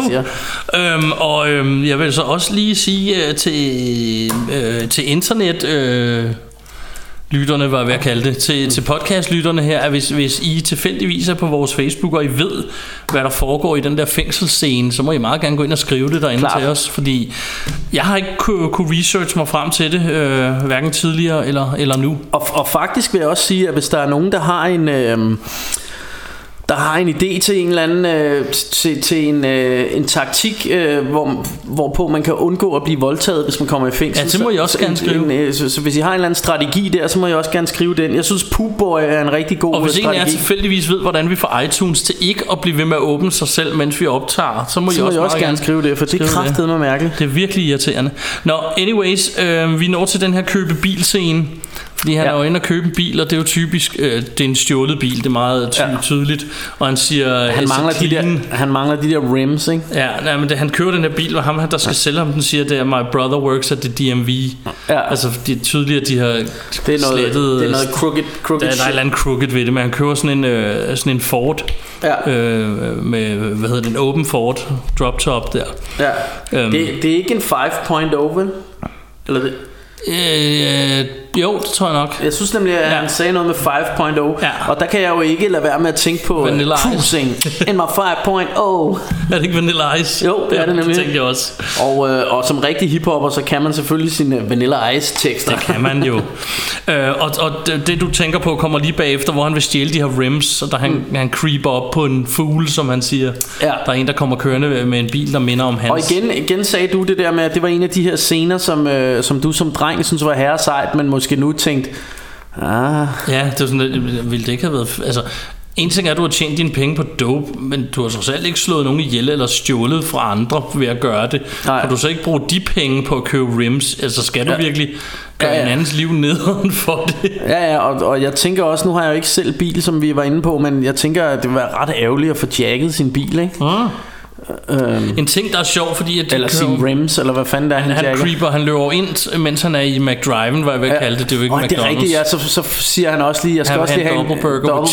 Jeg vil så også lige sige til internet lytterne, var jeg ved at kalde det, til podcastlytterne her, at hvis I tilfældigvis er på vores Facebook, og I ved, hvad der foregår i den der fængselsscene, så må I meget gerne gå ind og skrive det derinde til os, fordi jeg har ikke kunne researche mig frem til det, hverken tidligere eller nu. Og faktisk vil jeg også sige, at hvis der er nogen, der har der har en idé til en eller anden til en taktik, hvorpå man kan undgå at blive voldtaget, hvis man kommer i fængsel. Ja, det må jeg også gerne skrive. Så hvis I har en eller anden strategi der, så må jeg også gerne skrive den. Jeg synes Poop Boy er en rigtig god strategi. Og hvis en af jer tilfældigvis ved, hvordan vi får iTunes til ikke at blive ved med at åbne sig selv, mens vi optager, så må jeg også gerne skrive det, for det er kraftedeme mærkeligt. Det er virkelig irriterende. Nå, anyways, vi når til den her købe bil-scene. Fordi han er jo inde og købe en bil, og det er jo typisk, det er en stjålet bil, det er meget tydeligt. Og han siger, han mangler de der rims, ikke? Ja, men han køber den her bil, og ham der skal sælge ham, den siger, det er my brother works at the DMV. Ja. Altså det er tydeligt, at de har slettet. Det er noget crooked der er et eller andet crooked ved det, men han køber sådan en Ford. Ja. Med, hvad hedder det, en open Ford drop top der. Ja. Det er ikke en 5.0, vel? Eller det? Jo, det tror jeg nok. Jeg synes nemlig, at han sagde noget med 5.0, og der kan jeg jo ikke lade være med at tænke på Vanilla cruising in my 5.0. Er det ikke Vanilla Ice? Jo, det er det nemlig. Det tænkte jeg også. Og som rigtig hiphopper, så kan man selvfølgelig sine Vanilla Ice tekster. Det kan man jo. Og det du tænker på kommer lige bagefter, hvor han vil stjæle de her rims, og der han creeper op på en fugl, som han siger. Ja. Der er en, der kommer kørende med en bil, der minder om hans. Og igen sagde du det der med, at det var en af de her scener, som du som dreng synes var herresejt, men måske nu tænkt ja, det er sådan, ville det ikke have været. Altså, en ting er, at du har tjent dine penge på dope, men du har så selv ikke slået nogen ihjel eller stjålet fra andre ved at gøre det. Kan du så ikke bruge de penge på at købe rims? Altså, skal du virkelig gøre en andens liv nederen for det? Ja, og jeg tænker også, nu har jeg jo ikke selv bil, som vi var inde på, men jeg tænker, at det var ret ærgerligt at få jacket sin bil, ikke? En ting der er sjov, fordi at eller sin rims, eller hvad fanden der han creeper, han løber ind, mens han er i McDriven, hvad jeg vil kalde det. Det er jo ikke McDonald's. Det er rigtigt, ja, så siger han også lige, jeg skal også lige have en double burger.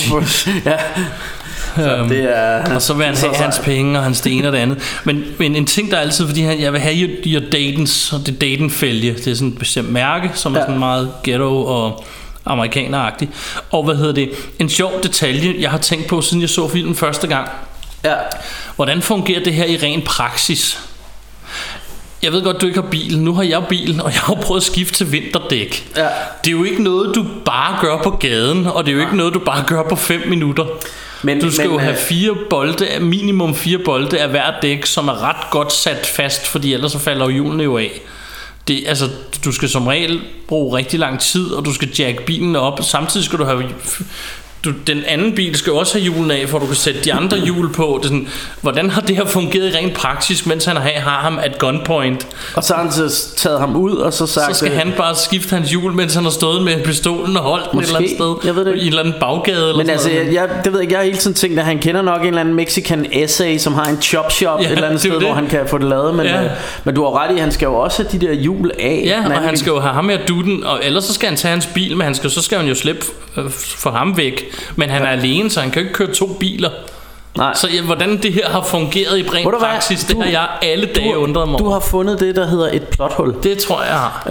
Ja. Det er, og så vil han have hans penge og hans det ene og det andet. Men en ting der er altid, fordi jeg vil have your Daytons, og det Dayton-fælge. Det er sådan et bestemt mærke, som er sådan meget ghetto og amerikaneragtigt. Og hvad hedder det? En sjov detalje, jeg har tænkt på, siden jeg så filmen første gang. Ja. Hvordan fungerer det her i ren praksis? Jeg ved godt, du ikke har bil. Nu har jeg bil, og jeg har prøvet at skifte til vinterdæk. Ja. Det er jo ikke noget, du bare gør på gaden, og det er jo ikke noget, du bare gør på 5 minutter. Du skal jo have 4 bolde, minimum 4 bolde af hver dæk, som er ret godt sat fast, fordi ellers så falder hjulene jo af. Altså, du skal som regel bruge rigtig lang tid, og du skal jacke bilen op. Samtidig skal du have... Den anden bil skal også have hjulene af, for du kan sætte de andre hjul på. Det er sådan, hvordan har det her fungeret i ren praksis, mens han har ham at gunpoint? Og så har han så taget ham ud, og så sagt... Så skal han bare skifte hans hjul, mens han har stået med pistolen og holdt den et eller andet sted. Jeg ved det. I en eller anden baggade eller. Men altså, det ved jeg har hele tiden tænkt, at han kender nok en eller anden Mexican essay, som har en chop shop et eller andet sted, hvor han kan få det lavet. Men du har ret i, han skal jo også have de der hjul af. Ja, og han skal jo have ham med at duden, og ellers så skal han tage hans bil, men så skal han jo slippe for ham væk. Men han er alene, så han kan ikke køre 2 biler. Nej. Så hvordan det her har fungeret i ren praksis, det har jeg alle dage undret mig. Du har fundet det, der hedder et plothul. Det tror jeg har.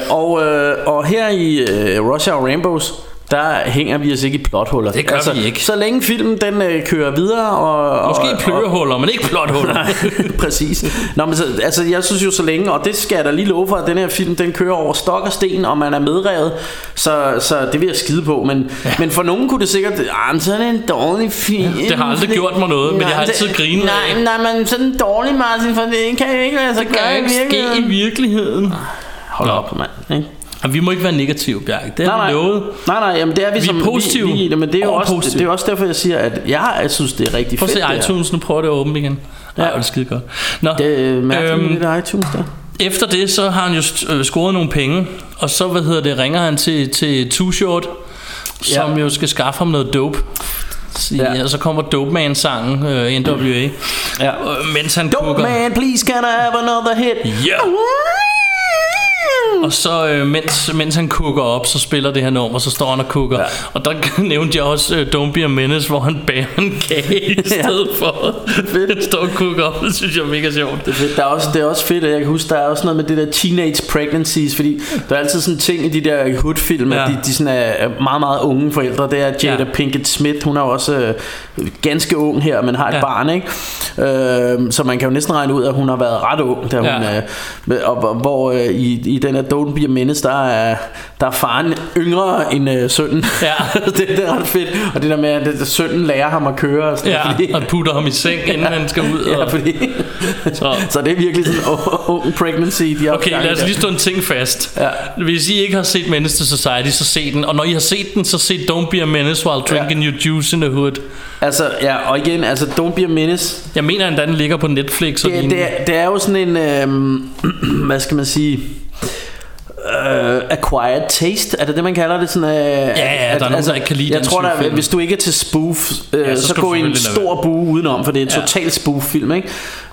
Og her i Rush Hour Rambos, der hænger vi os ikke i plothuller. Det gør vi ikke. Så længe filmen den kører videre og måske plørehuller, men ikke plothuller. Præcis. Nå, men altså jeg synes jo så længe, og det skal jeg da lige love for, at den her film den kører over stok og sten, og man er medrevet, så det vil jeg skide på. Men for nogen kunne det sikkert, så er det en dårlig film. Det har aldrig gjort mig noget, men jeg har altid grinet af. Nej, men sådan en dårlig Martin, for det kan jo ikke være så gøre i virkeligheden. Hold op, mand, ikke? Og vi må ikke være negative, Bjarke. Det er vi lovet. Nej, jamen det er vi som positive. Vi, men det er jo også, det er også derfor jeg siger, at jeg synes det er rigtig fedt. Prøv at se iTunes, nu prøver det at åbne igen. Ja, det er skide godt. Nå, det er mærkeligt det iTunes der. Efter det så har han jo scoret nogle penge, og så ringer han til Too Short, som jo skal skaffe ham noget dope. Og så kommer Dope Man sangen NWA. Ja. Mens han Dope Man, please can I have another hit? Yeah. Og så mens han kukker op, så spiller det her nummer, så står han og kukker. Og der nævnte jeg også Don't Be a Menace, hvor han bærer en kage i stedet for at stå og kukke op. Det synes jeg er mega sjovt. Det er også fedt, at jeg kan huske, der er også noget med det der teenage pregnancies, fordi der er altid sådan ting i de der hood-film, at de sådan er meget, meget unge forældre. Det er Jada Pinkett Smith, hun er også ganske ung her, men har et barn, ikke? Så man kan jo næsten regne ud, at hun har været ret ung, da hun, hvor i den her Don't Be a Menace, der er faren yngre end sønnen. Ja. det er ret fedt. Og det der med, at sønnen lærer ham at køre. Og, ja, fordi, og putter ham i seng, inden han skal ud. Ja, fordi, så det er virkelig sådan en pregnancy. Okay, lad os lige stå en ting fast. Ja. Hvis I ikke har set Menace to Society, så se den. Og når I har set den, så se Don't Be a Menace while drinking your juice in the hood. Altså, ja, og igen, altså Don't Be a Menace. Jeg mener endda, den ligger på Netflix. Det er jo sådan en, hvad skal man sige, acquired taste. Er det man kalder det? Sådan, ja, der er nogen, der ikke kan lide jeg tror, der, hvis du ikke er til spoof, så gå i en stor bue udenom, for det er en total spoof-film, ikke?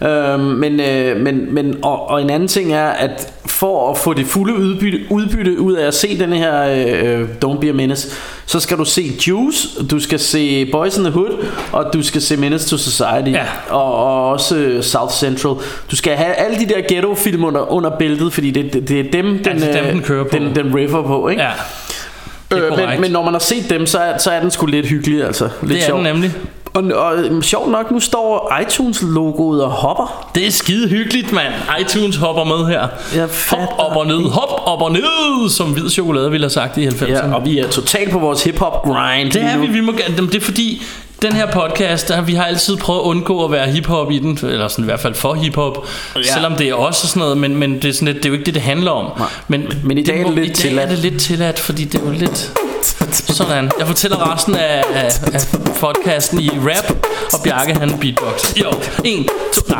Men en anden ting er, at for at få det fulde udbytte ud af at se denne her Don't Be a Menace, så skal du se Juice, du skal se Boys in the Hood, og du skal se Menace to Society, og også South Central. Du skal have alle de der ghetto-film under bæltet, fordi det er dem, den riffer på, ikke? Ja. Men når man har set dem, så er den sgu lidt hyggelig, altså. Lidt det er den nemlig. Og sjovt nok, nu står iTunes-logoet og hopper. Det er skide hyggeligt, mand. iTunes hopper med her. Hop op og ned, hop op og ned, som hvid chokolade ville have sagt i 90'erne. Ja, og vi er totalt på vores hip-hop grind. Det er vi må, det er fordi den her podcast, vi har altid prøvet at undgå at være hiphop i den, eller sådan i hvert fald for hiphop, selvom det er også sådan noget, men det er sådan lidt, det er jo ikke det handler om. Men i dag er det lidt tilladt. I dag er det lidt tilladt, fordi det er jo lidt sådan. Jeg fortæller resten af podcasten i rap, og Bjarke han beatbox. Jo, 1, 2, nej.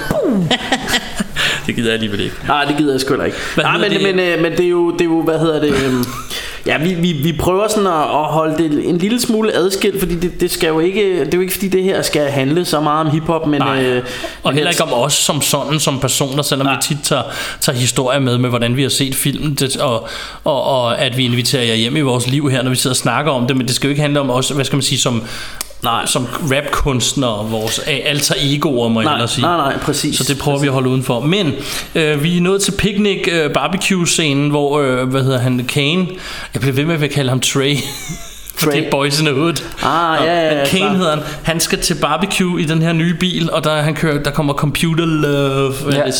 Det gider jeg alligevel ikke. Nej, det gider jeg sgu ikke. Men det er jo, hvad hedder det? Ja, vi prøver sådan at holde det en lille smule adskilt, fordi det skal jo ikke, det er jo ikke fordi det her skal handle så meget om hiphop, men og heller ikke om os som sådan, som personer, selvom vi tit tager historier med hvordan vi har set filmen, og at vi inviterer jer hjem i vores liv her, når vi sidder og snakker om det, men det skal jo ikke handle om os, hvad skal man sige, som rapkunstnere, vores alter egoer, må jeg hellere sige. Nej, præcis. Så det prøver vi at holde udenfor. Men vi er nået til picnic barbecue-scenen, hvor, Kane, jeg bliver ved med at kalde ham Trey. For det er Boys in the Hood. Men Kane hedder han. Han skal til barbecue i den her nye bil, og der kommer Computer Love,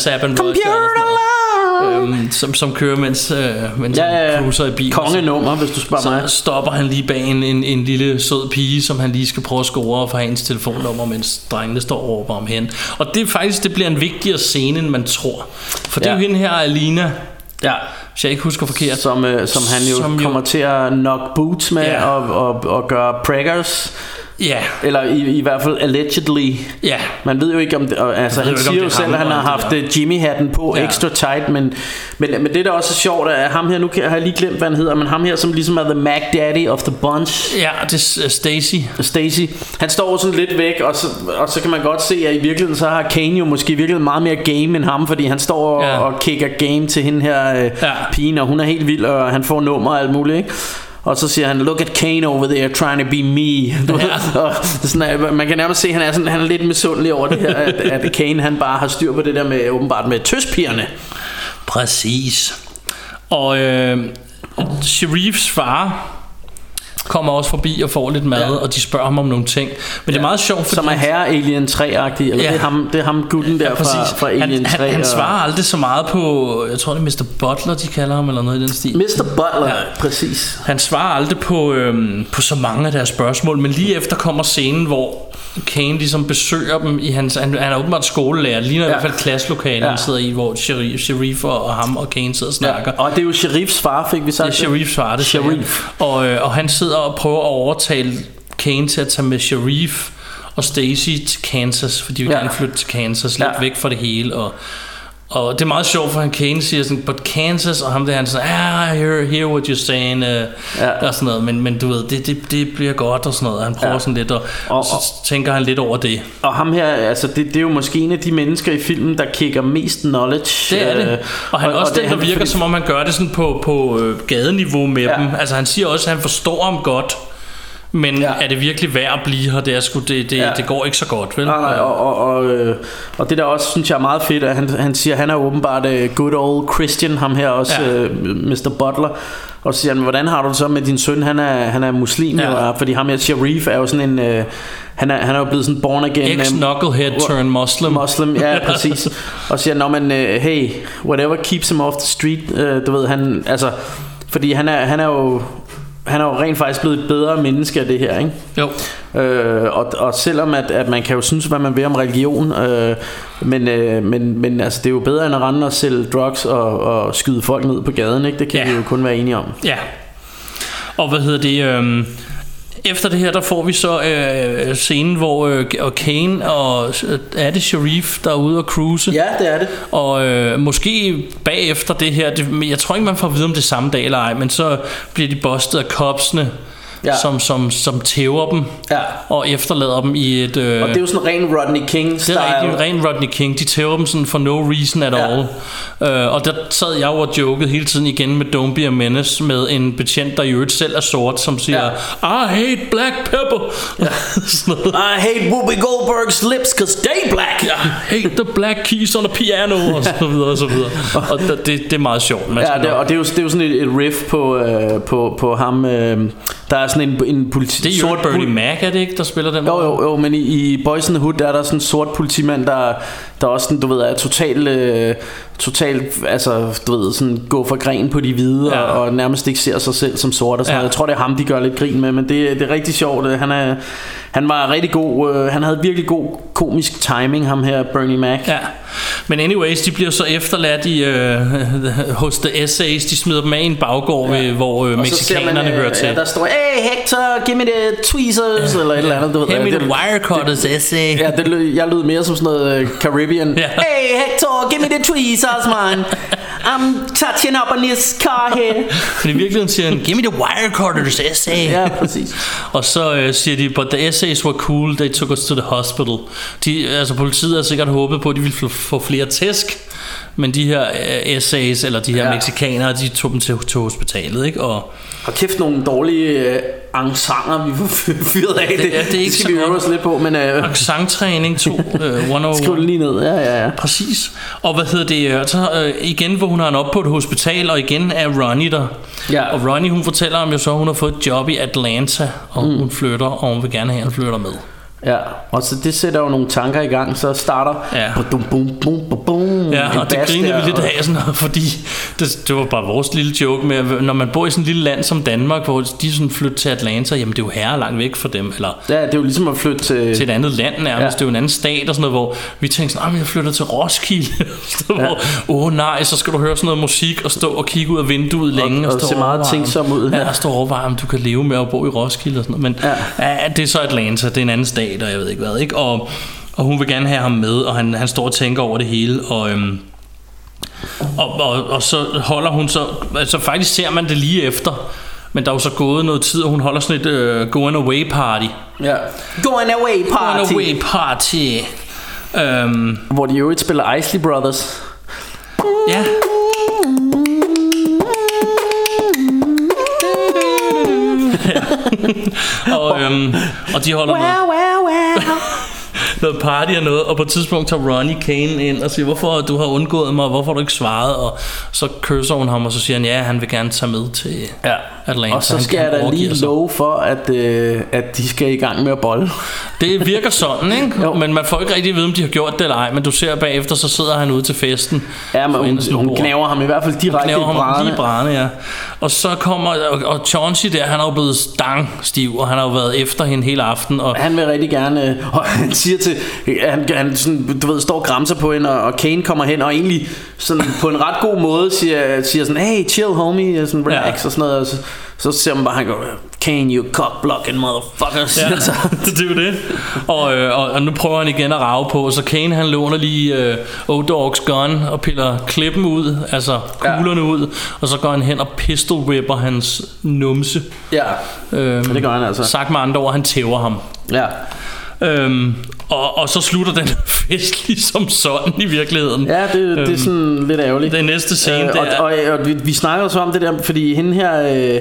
som kører mens han cruiser i bilen. Kongenummer, hvis du spørger mig. Så stopper han lige bag en lille sød pige, som han lige skal prøve at score fra hendes telefonnummer, mens drengene står og råber om hen. Og det bliver en vigtigere scene, end man tror. For det er jo hende her, Alina. Ja, hvis jeg ikke husker forkert, som han jo kommer til at knock boots med og gøre preggers. Ja. Eller i hvert fald allegedly. Ja. Man ved jo ikke om det, altså han siger jo selv, at han har haft Jimmy-hatten på extra tight, men det der også er sjovt, er ham her, nu har jeg lige glemt hvad han hedder, men ham her som ligesom er the Mac Daddy of the bunch. Ja, det er Stacy. Han står sådan lidt væk, og så kan man godt se, at i virkeligheden så har Kane jo måske virkelig meget mere game end ham, fordi han står og kicker game til hende her pigen, og hun er helt vild, og han får nummer og alt muligt, ikke? Og så siger han, look at Kane over there trying to be me. Og sådan, man kan nærmest se, han er lidt misundelig over det her, at Kane han bare har styr på det der med, åbenbart med tøspigerne. Præcis. Og Sharifs far kommer også forbi og får lidt mad, og de spørger ham om nogle ting. Men det er meget sjovt, fordi som er herre Alien 3-agtig, eller det er ham gutten der fra Alien 3. Han svarer aldrig så meget på, jeg tror det er Mr. Butler, de kalder ham, eller noget i den stil. Mr. Butler, præcis. Han svarer aldrig på så mange af deres spørgsmål, men lige efter kommer scenen, hvor Kane ligesom besøger dem i hans, han er åbenbart skolelærer, ligner i hvert fald klasselokale, han sidder i, hvor Sharif og ham og Kane sidder og snakker. Og det er jo Sharifs far, fik vi sagt. Det er Sharifs far, det Sharif. Og han sidder og prøver at overtale Kane til at tage med Sharif og Stacy til Kansas, for de vil gerne flytte til Kansas, lidt væk fra det hele, og det er meget sjovt, for han Kane siger sådan, but Kansas, og ham der han sådan, I hear what you're saying, og sådan noget, men du ved, det bliver godt og sådan noget, han prøver sådan lidt, og så tænker han lidt over det. Og ham her, altså det er jo måske en af de mennesker i filmen, der kigger mest knowledge. Det er det, og han også den, der virker som om han gør det sådan på gadeniveau med dem, altså han siger også, at han forstår ham godt, Men er det virkelig værd at blive her? Det går ikke så godt, vel? Nej, og det der også synes jeg er meget fedt, at han siger, han er åbenbart good old Christian, ham her også, Mr. Butler. Og så siger han, hvordan har du det så med din søn? Han er muslim, fordi ham her Sharif er jo sådan en han er jo blevet sådan born again, ex-knucklehead turn Muslim. Ja, præcis. Og siger, hey, whatever keeps him off the street. Du ved, han, altså, fordi han er jo rent faktisk blevet et bedre menneske af det her, ikke? Jo. Og selvom at man kan jo synes, hvad man vil om religion, men altså, det er jo bedre end at rende og sælge drugs og skyde folk ned på gaden, ikke? Det kan vi jo kun være enige om. Ja. Og hvad hedder det? Efter det her, der får vi så scenen, hvor Kane og er det Sharif, der er ude og cruise. Ja, det er det. Og måske bagefter det her, jeg tror ikke man får at vide om det samme dag eller ej, men så bliver de bustet af copsene, som tæver dem og efterlader dem i et... og det er jo sådan ren Rodney King-style. Det er rigtig ren Rodney King. De tæver dem sådan for no reason at all. Og der sad jeg og jokede hele tiden igen med Don't Be a Menace med en betjent, der i øvrigt selv er sort, som siger I hate black pepper. I hate Whoopi Goldberg's lips, cause they black. Hate the black keys on the piano. Og så videre og så videre. Og det er meget sjovt. Og det er jo sådan et riff på ham. Der er sådan en politi. Det er jo Bernie Mac, er det ikke, der spiller den? Jo, men i Boys in the Hood, der er der sådan en sort politimand, der også sådan, du ved, er totalt, altså, du ved, sådan gå for gren på de hvide, og nærmest ikke ser sig selv som sort og sådan noget. Jeg tror, det er ham, de gør lidt grin med, men det er rigtig sjovt. Han var rigtig god. Han havde virkelig god komisk timing, ham her, Bernie Mac. Ja. Men anyways, de bliver så efterladt hos The Essays. De smider dem af i en baggård, hvor mexikanerne hører til. Der står, hey Hector, give me the tweezers, eller et eller andet. Du ved, give me the wirecutters essay. Ja, jeg lød mere som sådan noget Caribbean. Hey Hector, give me the tweezers, man. I'm touching up on this car here. Men i virkeligheden siger han, give me the wirecutters essay. Ja, præcis. Og så siger de, but the essays were cool, they took us to the hospital. Altså politiet har sikkert håbet på, at de ville få flere tæsk, men de her essays, eller de her mexikanere, de tog dem til hospitalet, ikke? Og kæft nogle dårlige accenter, vi får fyret af. Det skal vi øve os lidt på, men accenttræning 101. Skriv det lige ned. Ja. Præcis. Og hvad hedder det? Så igen, hvor hun har en op på et hospital, og igen er Ronnie der. Ja. Og Ronnie, hun fortæller om jo så, hun har fået et job i Atlanta, og hun flytter, og hun vil gerne have, at han flytter med. Ja, og så det sætter jo nogle tanker i gang. Så starter og det griner vi lidt af sådan, fordi det var bare vores lille joke med, når man bor i sådan et lille land som Danmark, hvor de sådan flytter til Atlanta, jamen det er jo herre langt væk fra dem, eller det er jo ligesom at flytte til et andet land nærmest. Det er jo en anden stat og sådan noget, hvor vi tænker sådan, jeg flytter til Roskilde. Nej, så skal du høre sådan noget musik og stå og kigge ud af vinduet længe og se meget tænksom ud. Og stå og overveje, om du kan leve med at bo i Roskilde og sådan noget. Men det er så Atlanta, det er en anden stat, og jeg ved ikke hvad, ikke? Og hun vil gerne have ham med, og han står og tænker over det hele, og så holder hun så, altså faktisk ser man det lige efter, men der er jo så gået noget tid, og hun holder sådan et going away party. Ja. Going away party. Hvor de jo spiller Isley Brothers. Ja. Og de holder noget party og noget, og på et tidspunkt tager Ronnie Kane ind og siger, hvorfor du har undgået mig, og hvorfor du ikke svaret, og så kysser hun ham, og så siger han, han vil gerne tage med til Atlanta. Og så skal jeg da lige love for, at de skal i gang med at bolle. Det virker sådan, ikke? Men man får ikke rigtig vide, om de har gjort det eller ej, men du ser bagefter, så sidder han ude til festen. Ja, men hun knæver ham i hvert fald direkte i brændende. Ja. Og så kommer, og Chauncey der, han er jo blevet stangstiv, og han har jo været efter hende hele aften. Og han vil rigtig gerne, og han siger til, han sådan, du ved, står og gramser på hende, og Kane kommer hen, og egentlig sådan på en ret god måde siger sådan, hey, chill homie, sådan relax og sådan noget, og så ser man bare, han går, Kane, you cock-blocking motherfucker. Ja, det er jo det. Og nu prøver han igen at rage på, så Kane han låner lige O-Dog's gun og piller klippen ud, altså kuglerne ud, og så går han hen og pistol whipper hans numse. Ja, det gør han altså. Sagt med andre ord, han tæver ham. Ja. Og så slutter den fest ligesom sådan i virkeligheden. Ja, det er sådan lidt ærgerligt. Den næste scene og vi snakker så om det der, fordi hende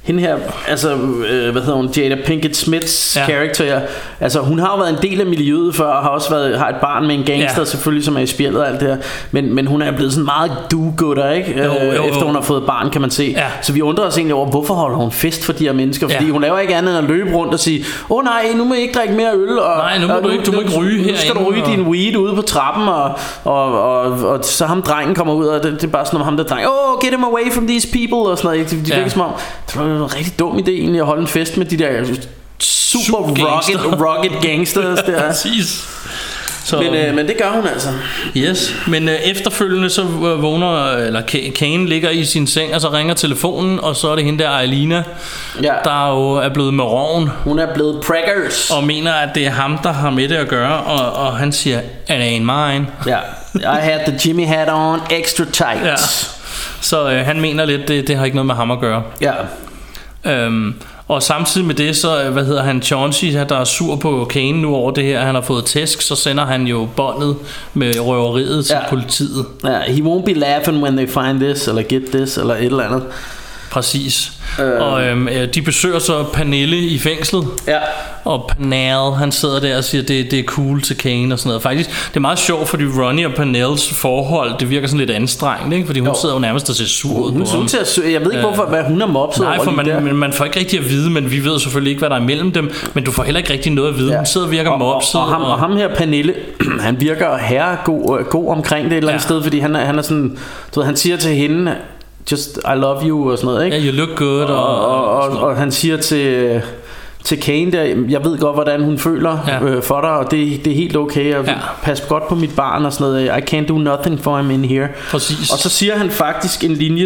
hende her, altså, hvad hedder hun, Jada Pinkett Smiths karakter, altså hun har jo været en del af miljøet før, og har også har et barn med en gangster, selvfølgelig, som er i spjældet og alt det her, men hun er blevet sådan meget do-gooder, ikke? Efter hun har fået barn, kan man se. Så vi undrer os egentlig over, hvorfor holder hun fest for de her mennesker, fordi hun laver ikke andet end at løbe rundt og sige, nej, nu må I ikke drikke mere øl, og nej, nu må du ikke ryge her. Nu skal du ryge din weed ude på trappen, og så ham drengen kommer ud, og det er bare sådan om ham der dreng, get him away from these people, og sådan noget. De virker som om, det var en rigtig dum idé egentlig at holde en fest med de der super rocket gangsters der. Præcis. Men det gør hun altså. Yes. Men efterfølgende så vågner Kane ligger i sin seng, og så ringer telefonen, og så er det hende der Ailina, der jo er blevet med roven. Hun er blevet preggers og mener at det er ham der har med det at gøre, og han siger it ain't mine. I had the Jimmy hat on extra tight. Så han mener lidt det har ikke noget med ham at gøre. Og samtidig med det, så Chauncey, der er sur på Kane nu over det her, han har fået tæsk, så sender han jo båndet med røveriet til politiet. He won't be laughing when they find this, eller get this, eller et eller andet. Præcis. Og de besøger så Pernille i fængslet. Og Pernille, han sidder der og siger det er cool til Kane og sådan noget. Faktisk det er meget sjovt, fordi Ronnie og Pernilles forhold, det virker sådan lidt anstrengt, ikke? Fordi hun sidder jo nærmest og ser sur ud på ham. Jeg ved ikke hvorfor, hvad hun er mopset over. Nej, for man får ikke rigtig at vide, men vi ved selvfølgelig ikke hvad der er mellem dem. Men du får heller ikke rigtig noget at vide. Hun sidder og virker mopset. Og ham her Pernille, han virker god omkring det et eller andet sted, fordi han er sådan, du ved, han siger til hende just I love you og sådan noget, ikke? You look good. Og han siger til Kane der, jeg ved godt hvordan hun føler for dig, og det er helt okay at passe godt på mit barn og sådan noget. I can't do nothing for him in here. Præcis. Og så siger han faktisk en linje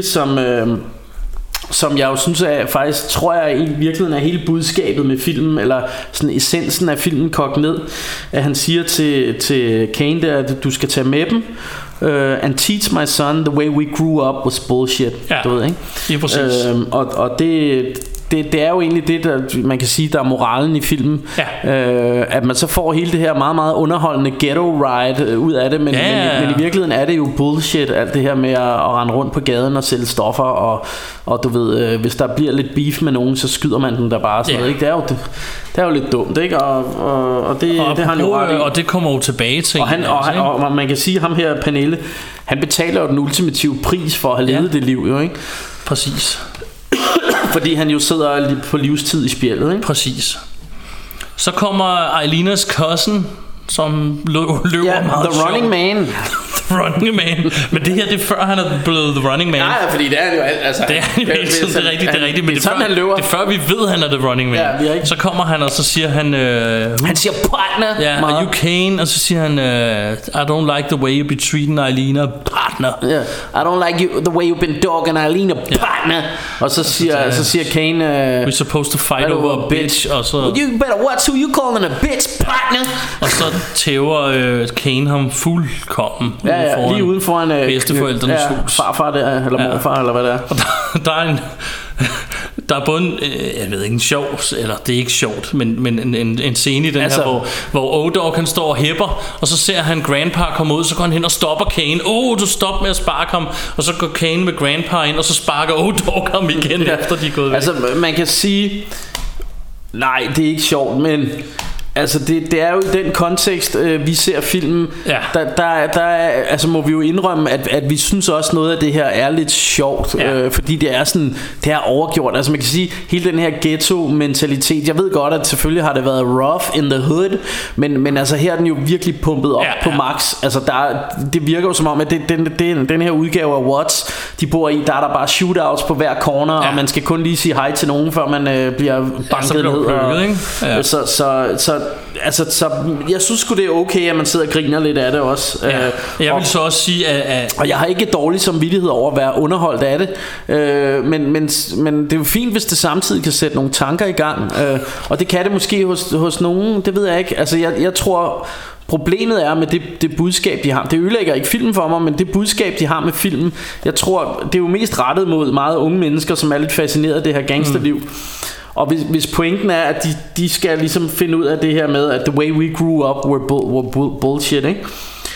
som jeg jo synes er faktisk, tror jeg i virkeligheden er hele budskabet med filmen, eller sådan essensen af filmen kogt ned, at han siger til Kane der, at du skal tage med dem and teach my son the way we grew up was bullshit. Du ved, ikke? Ja, præcis. Og det er jo egentlig det der, man kan sige, der er moralen i filmen, at man så får hele det her meget meget underholdende ghetto ride ud af det, men i virkeligheden er det jo bullshit, alt det her med at rende rundt på gaden og sælge stoffer, og du ved, hvis der bliver lidt beef med nogen, så skyder man den der bare sådan noget, ikke? Det er jo lidt dumt, ikke? Og det har han jo ret i. Og det kommer jo tilbage til. Og man kan sige, ham her Pernille, han betaler jo den ultimative pris for at have levet det liv, jo, ikke? Præcis. Fordi han jo sidder på livstid i spjældet, ikke? Præcis. Så kommer Ailinas cousin, som løber meget The Running Man. The Running Man. Men det her, det er før han er blevet The Running Man. Nej, fordi det er jo altså, det er jo hele tiden, det er rigtigt. Men det er før vi ved han er The Running Man. Så kommer han, og så siger han han siger partner. Are you Kane? Og så siger han I don't like the way you be treating Ailina, partner. I don't like the way you've been dogging Ailina, partner. Og så siger Kane we're supposed to fight over a bitch. Og så you better watch who you calling a bitch, partner. Og så tæver Kane ham fuldkommen lige uden foran bedsteforældrenes hus. Farfar der, eller morfar, eller hvad det er. Og der er både jeg ved ikke, en sjov, eller det er ikke sjovt, men en scene i den her, hvor O-Dog kan stå og hæpper, og så ser han Grandpa komme ud, så går han hen og stopper Kane. Du stop med at sparke ham. Og så går Kane med Grandpa ind, og så sparker O-Dog ham igen, efter de er gået væk. Altså, man kan sige, nej, det er ikke sjovt, men altså det er jo i den kontekst vi ser filmen. Der altså må vi jo indrømme at vi synes også noget af det her er lidt sjovt, fordi det er sådan, det er overgjort. Altså man kan sige hele den her ghetto mentalitet. Jeg ved godt at selvfølgelig har det været rough in the hood, men altså her er den jo virkelig pumpet op på max. Altså det virker jo som om at den her udgave af Watts de bor i, der er der bare shootouts på hver corner, og man skal kun lige sige hej til nogen før man bliver banket ned. Så jeg synes sgu det er okay at man sidder og griner lidt af det også. Jeg vil så også sige og jeg har ikke dårlig samvittighed over at være underholdt af det, men det er jo fint hvis det samtidig kan sætte nogle tanker i gang, og det kan det måske hos nogen, det ved jeg ikke. Altså jeg tror problemet er med det budskab de har. Det ødelægger ikke filmen for mig, men det budskab de har med filmen, jeg tror det er jo mest rettet mod meget unge mennesker, som er lidt fascineret af det her gangsterliv. Og hvis pointen er at de skal ligesom finde ud af det her med at the way we grew up were bullshit, ikke?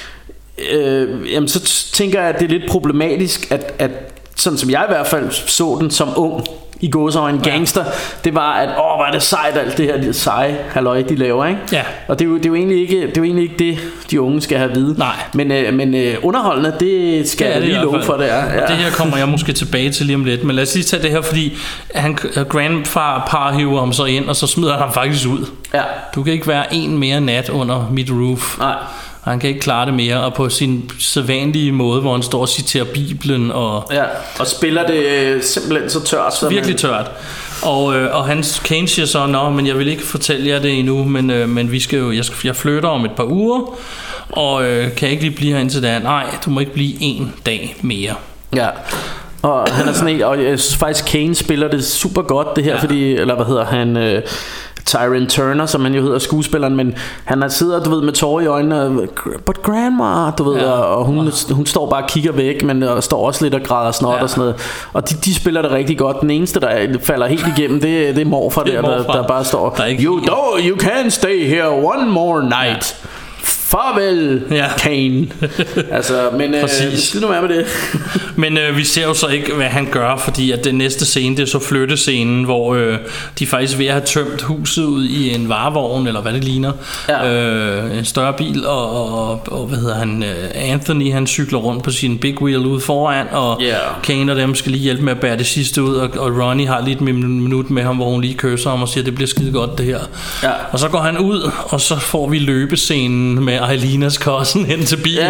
Jamen så tænker jeg at det er lidt problematisk at sådan som jeg i hvert fald så den som ung i gåseøjne gangster, det var at hvor er det sejt alt det her seje halløj de laver, ikke? Ja. Og det er jo egentlig ikke det de unge skal have at vide. Nej. Men underholdende, det skal jeg lige love for det er. Ja. Og det her kommer jeg måske tilbage til lige om lidt, men lad os lige tage det her, fordi grandfar hiver ham så ind, og så smider han ham faktisk ud. Ja. Du kan ikke være en mere nat under mit roof. Nej. Han kan ikke klare det mere, og på sin sædvanlige måde, hvor han står og citerer Bibelen og spiller det simpelthen så tørt. Virkelig tørt. Og Kane siger så, men jeg vil ikke fortælle jer det endnu, men vi skal jo, jeg flytter om et par uger, og kan jeg ikke lige blive her indtil da? Nej, du må ikke blive en dag mere. Ja. Og han er sådan en, og jeg synes faktisk Kane spiller det super godt det her, fordi, eller hvad hedder han, Tyrone Turner, som han jo hedder, skuespilleren, men han sidder, du ved, med tårer i øjnene, but grandma, du ved, og hun står bare og kigger væk, men står også lidt og græder snot og sådan noget, og de spiller det rigtig godt. Den eneste, der falder helt igennem, det er morfar der bare står, you can stay here one more night. Farvel, Kane. Altså, men skal du være med det? Men vi ser jo så ikke, hvad han gør, fordi at den næste scene, det er så flyttescenen, hvor de faktisk ved at have tømt huset ud i en varevogn, eller hvad det ligner. En større bil, og hvad hedder han, Anthony, han cykler rundt på sin big wheel ude foran, og Kane og dem skal lige hjælpe med at bære det sidste ud, og Ronnie har lige et minut med ham, hvor hun lige kysser ham og siger, det bliver skide godt det her. Og så går han ud, og så får vi løbescenen med Eilinas cousin hen til bilen,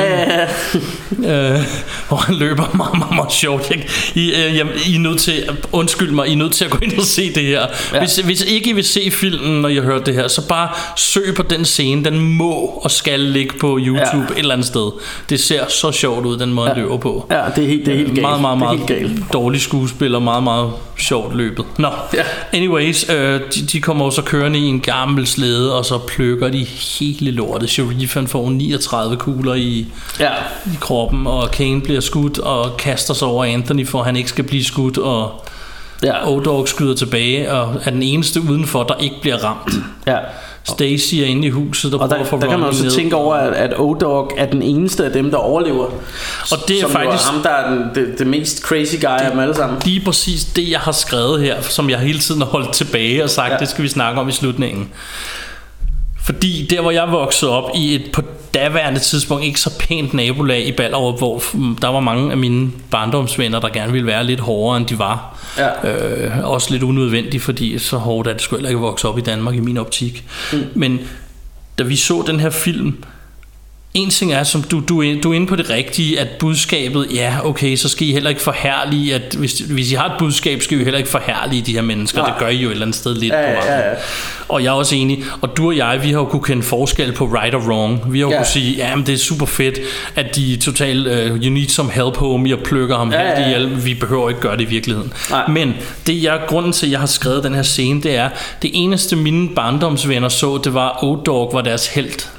hvor han løber meget sjovt. I er nødt til, undskyld mig, I er nødt til at gå ind og se det her. Hvis ikke I vil se filmen, når I har hørt det her, så bare søg på den scene. Den må og skal ligge på YouTube et eller andet sted. Det ser så sjovt ud, den måde han løber på. Ja, det er helt galt. Meget dårlig skuespiller, meget sjovt løbet. Anyways, de kommer også kørende i en gammel slæde, og så plukker de hele lortet. Sharifan får 39 kugler i kroppen, og Kane bliver skudt og kaster sig over Anthony, for han ikke skal blive skudt, og O-Dog skyder tilbage og er den eneste udenfor, der ikke bliver ramt. Stacy er inde i huset, og der kan man også tænke over, at O-Dog er den eneste af dem, der overlever. Og det er faktisk ham, der er det mest crazy guy af dem alle sammen. Lige præcis det, jeg har skrevet her, som jeg hele tiden har holdt tilbage og sagt, det skal vi snakke om i slutningen. Fordi der hvor jeg voksede op i et på daværende tidspunkt ikke så pænt nabolag i Ballerup, hvor der var mange af mine barndomsvenner, der gerne ville være lidt hårdere end de var. Også lidt unødvendigt, fordi så hårdt er det sgu heller ikke vokse op i Danmark i min optik. Men da vi så den her film, en ting er, som du er inde på det rigtige, at budskabet, okay, så skal I heller ikke forherlige, at hvis I har et budskab, skal I heller ikke forherlige de her mennesker. Det gør I jo et eller andet sted lidt på mange. Og jeg er også enig, og du og jeg, vi har jo kunne kende forskel på right og wrong. Vi har jo kunne sige, men det er super fedt, at de totalt, you need some help homie, og plukker ham helt ihjel. Vi behøver ikke gøre det i virkeligheden. Men grunden til, at jeg har skrevet den her scene, det er, det eneste mine barndomsvenner så, det var O-Dog var deres helt.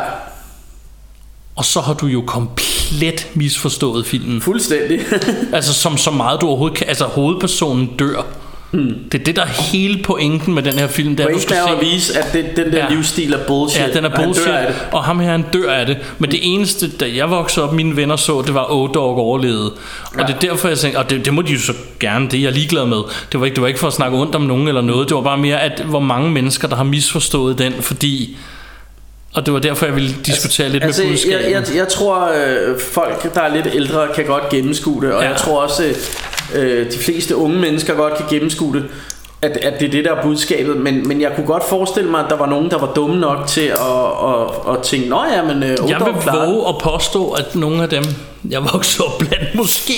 Og så har du jo komplet misforstået filmen. Fuldstændig. Altså som så meget du overhovedet kan. Altså hovedpersonen dør. Det er det der er hele pointen med den her film. Der du skal at vise at den der livsstil er bullshit. Ja, den er bullshit. Og ham her han dør af det. Men det eneste da jeg voksede op, mine venner så, det var O-Dog overlevede. Og det er derfor jeg tænkte, og det må de jo så gerne. Det er jeg ligeglad med. Det var ikke for at snakke ondt om nogen eller noget. Det var bare mere at hvor mange mennesker der har misforstået den, fordi. Og det var derfor jeg ville diskutere lidt med budskabet. Jeg tror folk der er lidt ældre kan godt gennemskue det. Og jeg tror også de fleste unge mennesker godt kan gennemskue det, at det er det der er budskabet. Men jeg kunne godt forestille mig, at der var nogen der var dumme nok til at tænke, jeg vil våge at påstå, at nogle af dem jeg voksede op blandt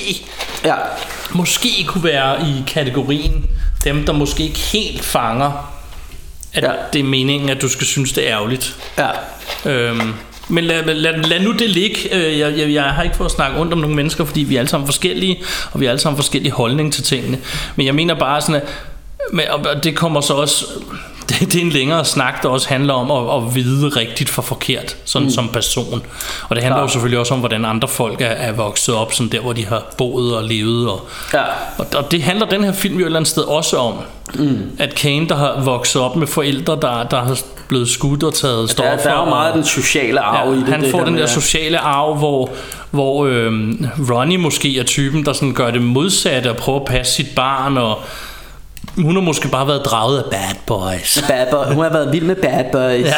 måske kunne være i kategorien dem der måske ikke helt fanger at det er meningen, at du skal synes, det er ærgerligt. Men lad nu det ligge. Jeg har ikke fået at snakke ondt om nogle mennesker, fordi vi er alle sammen forskellige, og vi har alle sammen forskellige holdninger til tingene. Men jeg mener bare sådan, og det kommer så også. Det er en længere snak, der også handler om at vide rigtigt for forkert, sådan som person. Og det handler jo selvfølgelig også om, hvordan andre folk er vokset op, sådan der, hvor de har boet og levet. Og det handler den her film jo et eller andet sted også om. At Kane, der har vokset op med forældre, der har blevet skudt og taget stoffer. Der er jo meget den sociale arv i det. Han får den der sociale arv, hvor Ronnie måske er typen, der sådan gør det modsatte og prøver at passe sit barn Hun har måske bare været draget af bad boys. Hun har været vild med bad boys.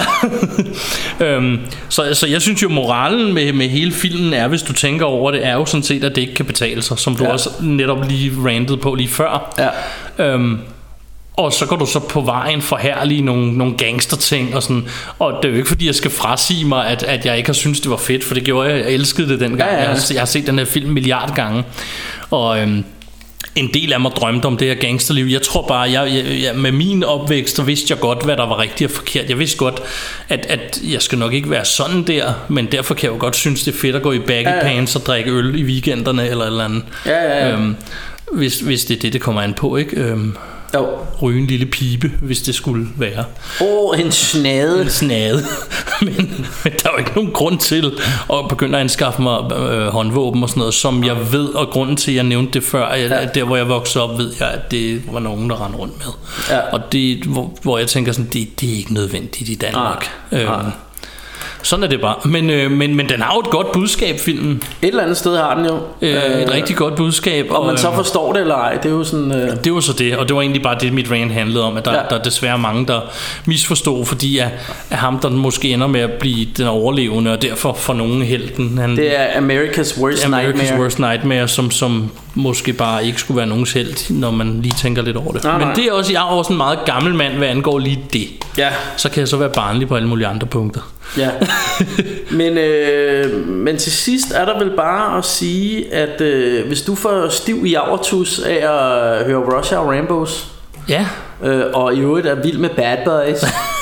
Ja. Så jeg synes jo, moralen med hele filmen er, hvis du tænker over det, er jo sådan set, at det ikke kan betale sig, som du også netop lige rantede på lige før. Ja. Og så går du så på vejen for herlige nogle gangsterting og sådan. Og det er jo ikke fordi jeg skal frasige mig at jeg ikke har syntes det var fedt, for det gjorde jeg elskede det dengang. Ja. Jeg har set den her film milliard gange. Og en del af mig drømte om det her gangsterliv. Jeg tror bare jeg med min opvækst, så vidste jeg godt hvad der var rigtigt og forkert. Jeg vidste godt at jeg skal nok ikke være sådan der, men derfor kan jeg jo godt synes det er fedt at gå i baggy pants og drikke øl i weekenderne eller andet. Hvis det er det kommer an på, ikke? Ryge en lille pibe, hvis det skulle være. En snade. En snade. men der er jo ikke nogen grund til at begynde at anskaffe mig håndvåben og sådan noget, som jeg ved, og grunden til at jeg nævnte det før, at der hvor jeg voksede op, ved jeg at det var nogen der rendte rundt med. Og det hvor jeg tænker sådan, det er ikke nødvendigt i Danmark. Sådan er det bare. Men den har jo et godt budskab, filmen. Et eller andet sted har den jo et rigtig godt budskab. Og man så forstår det eller ej. Det er jo sådan det var så det. Og det var egentlig bare det mit rant handlede om. At der er desværre mange der misforstår, fordi at ham der måske ender med at blive den overlevende, og derfor for nogen helten. Det er America's Worst Nightmare, som måske bare ikke skulle være nogens helt, når man lige tænker lidt over det. Men det er også, jeg er også en meget gammel mand, hvad angår lige det. Så kan jeg så være barnlig på alle mulige andre punkter. Ja. Men til sidst er der vel bare at sige, at hvis du får stiv i javertus af at høre Rush Hour Rambos, og i øvrigt er vild med bad boys,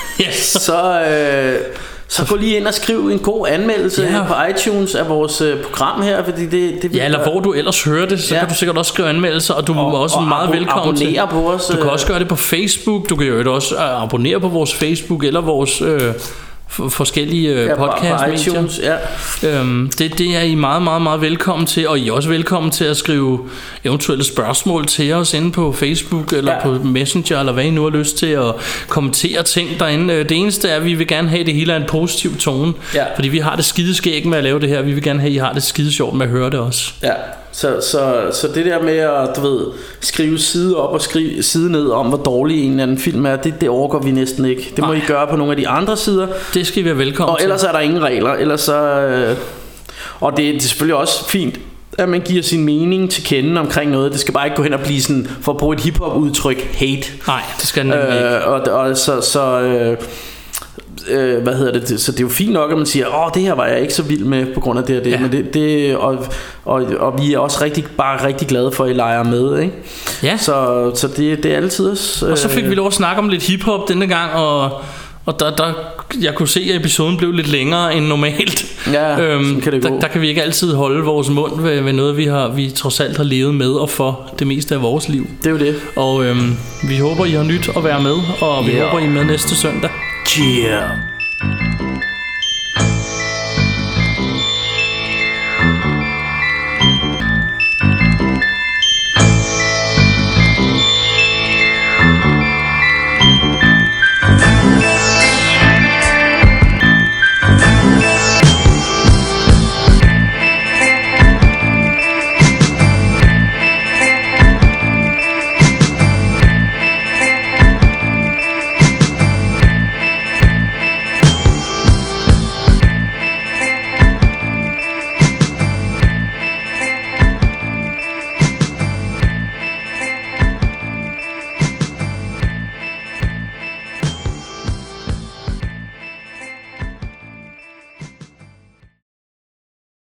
så gå lige ind og skriv en god anmeldelse på iTunes af vores program her, fordi det eller hvor du ellers hører det, så kan du sikkert også skrive anmeldelser, og du er også meget velkommen til. På os. Du kan også gøre det på Facebook. Du kan jo også abonnere på vores Facebook eller vores forskellige podcastmedier. Det er I meget, meget, meget velkommen til. Og I er også velkommen til at skrive eventuelle spørgsmål til os inde på Facebook eller på Messenger, eller hvad I nu har lyst til, at kommentere ting derinde. Det eneste er, at vi vil gerne have, det hele er en positiv tone, fordi vi har det skideskæg med at lave det her. Vi vil gerne have, at I har det skide sjovt med at høre det også. Så det der med at skrive side op og skrive side ned om hvor dårlig en eller anden film er, det overgår vi næsten ikke. Det må I gøre på nogle af de andre sider. Det skal vi være velkommen til. Og ellers er der ingen regler. Og det er selvfølgelig også fint, at man giver sin mening til kende omkring noget. Det skal bare ikke gå hen og blive sådan, for at bruge et hiphop udtryk, hate. Nej, det skal nemlig ikke. Hvad hedder det? Så det er jo fint nok, at man siger, det her var jeg ikke så vild med på grund af det og det. Men og vi er også rigtig glade for, at I leger med, ikke? Ja. Så det er altid også. Og så fik vi lov at snakke om lidt hiphop denne gang, og der jeg kunne se, at episoden blev lidt længere end normalt. Der kan vi ikke altid holde vores mund ved noget vi trods alt har levet med og for det meste af vores liv. Det er jo det. Og vi håber I har nyt at være med, og vi håber I er med næste søndag. Yeah.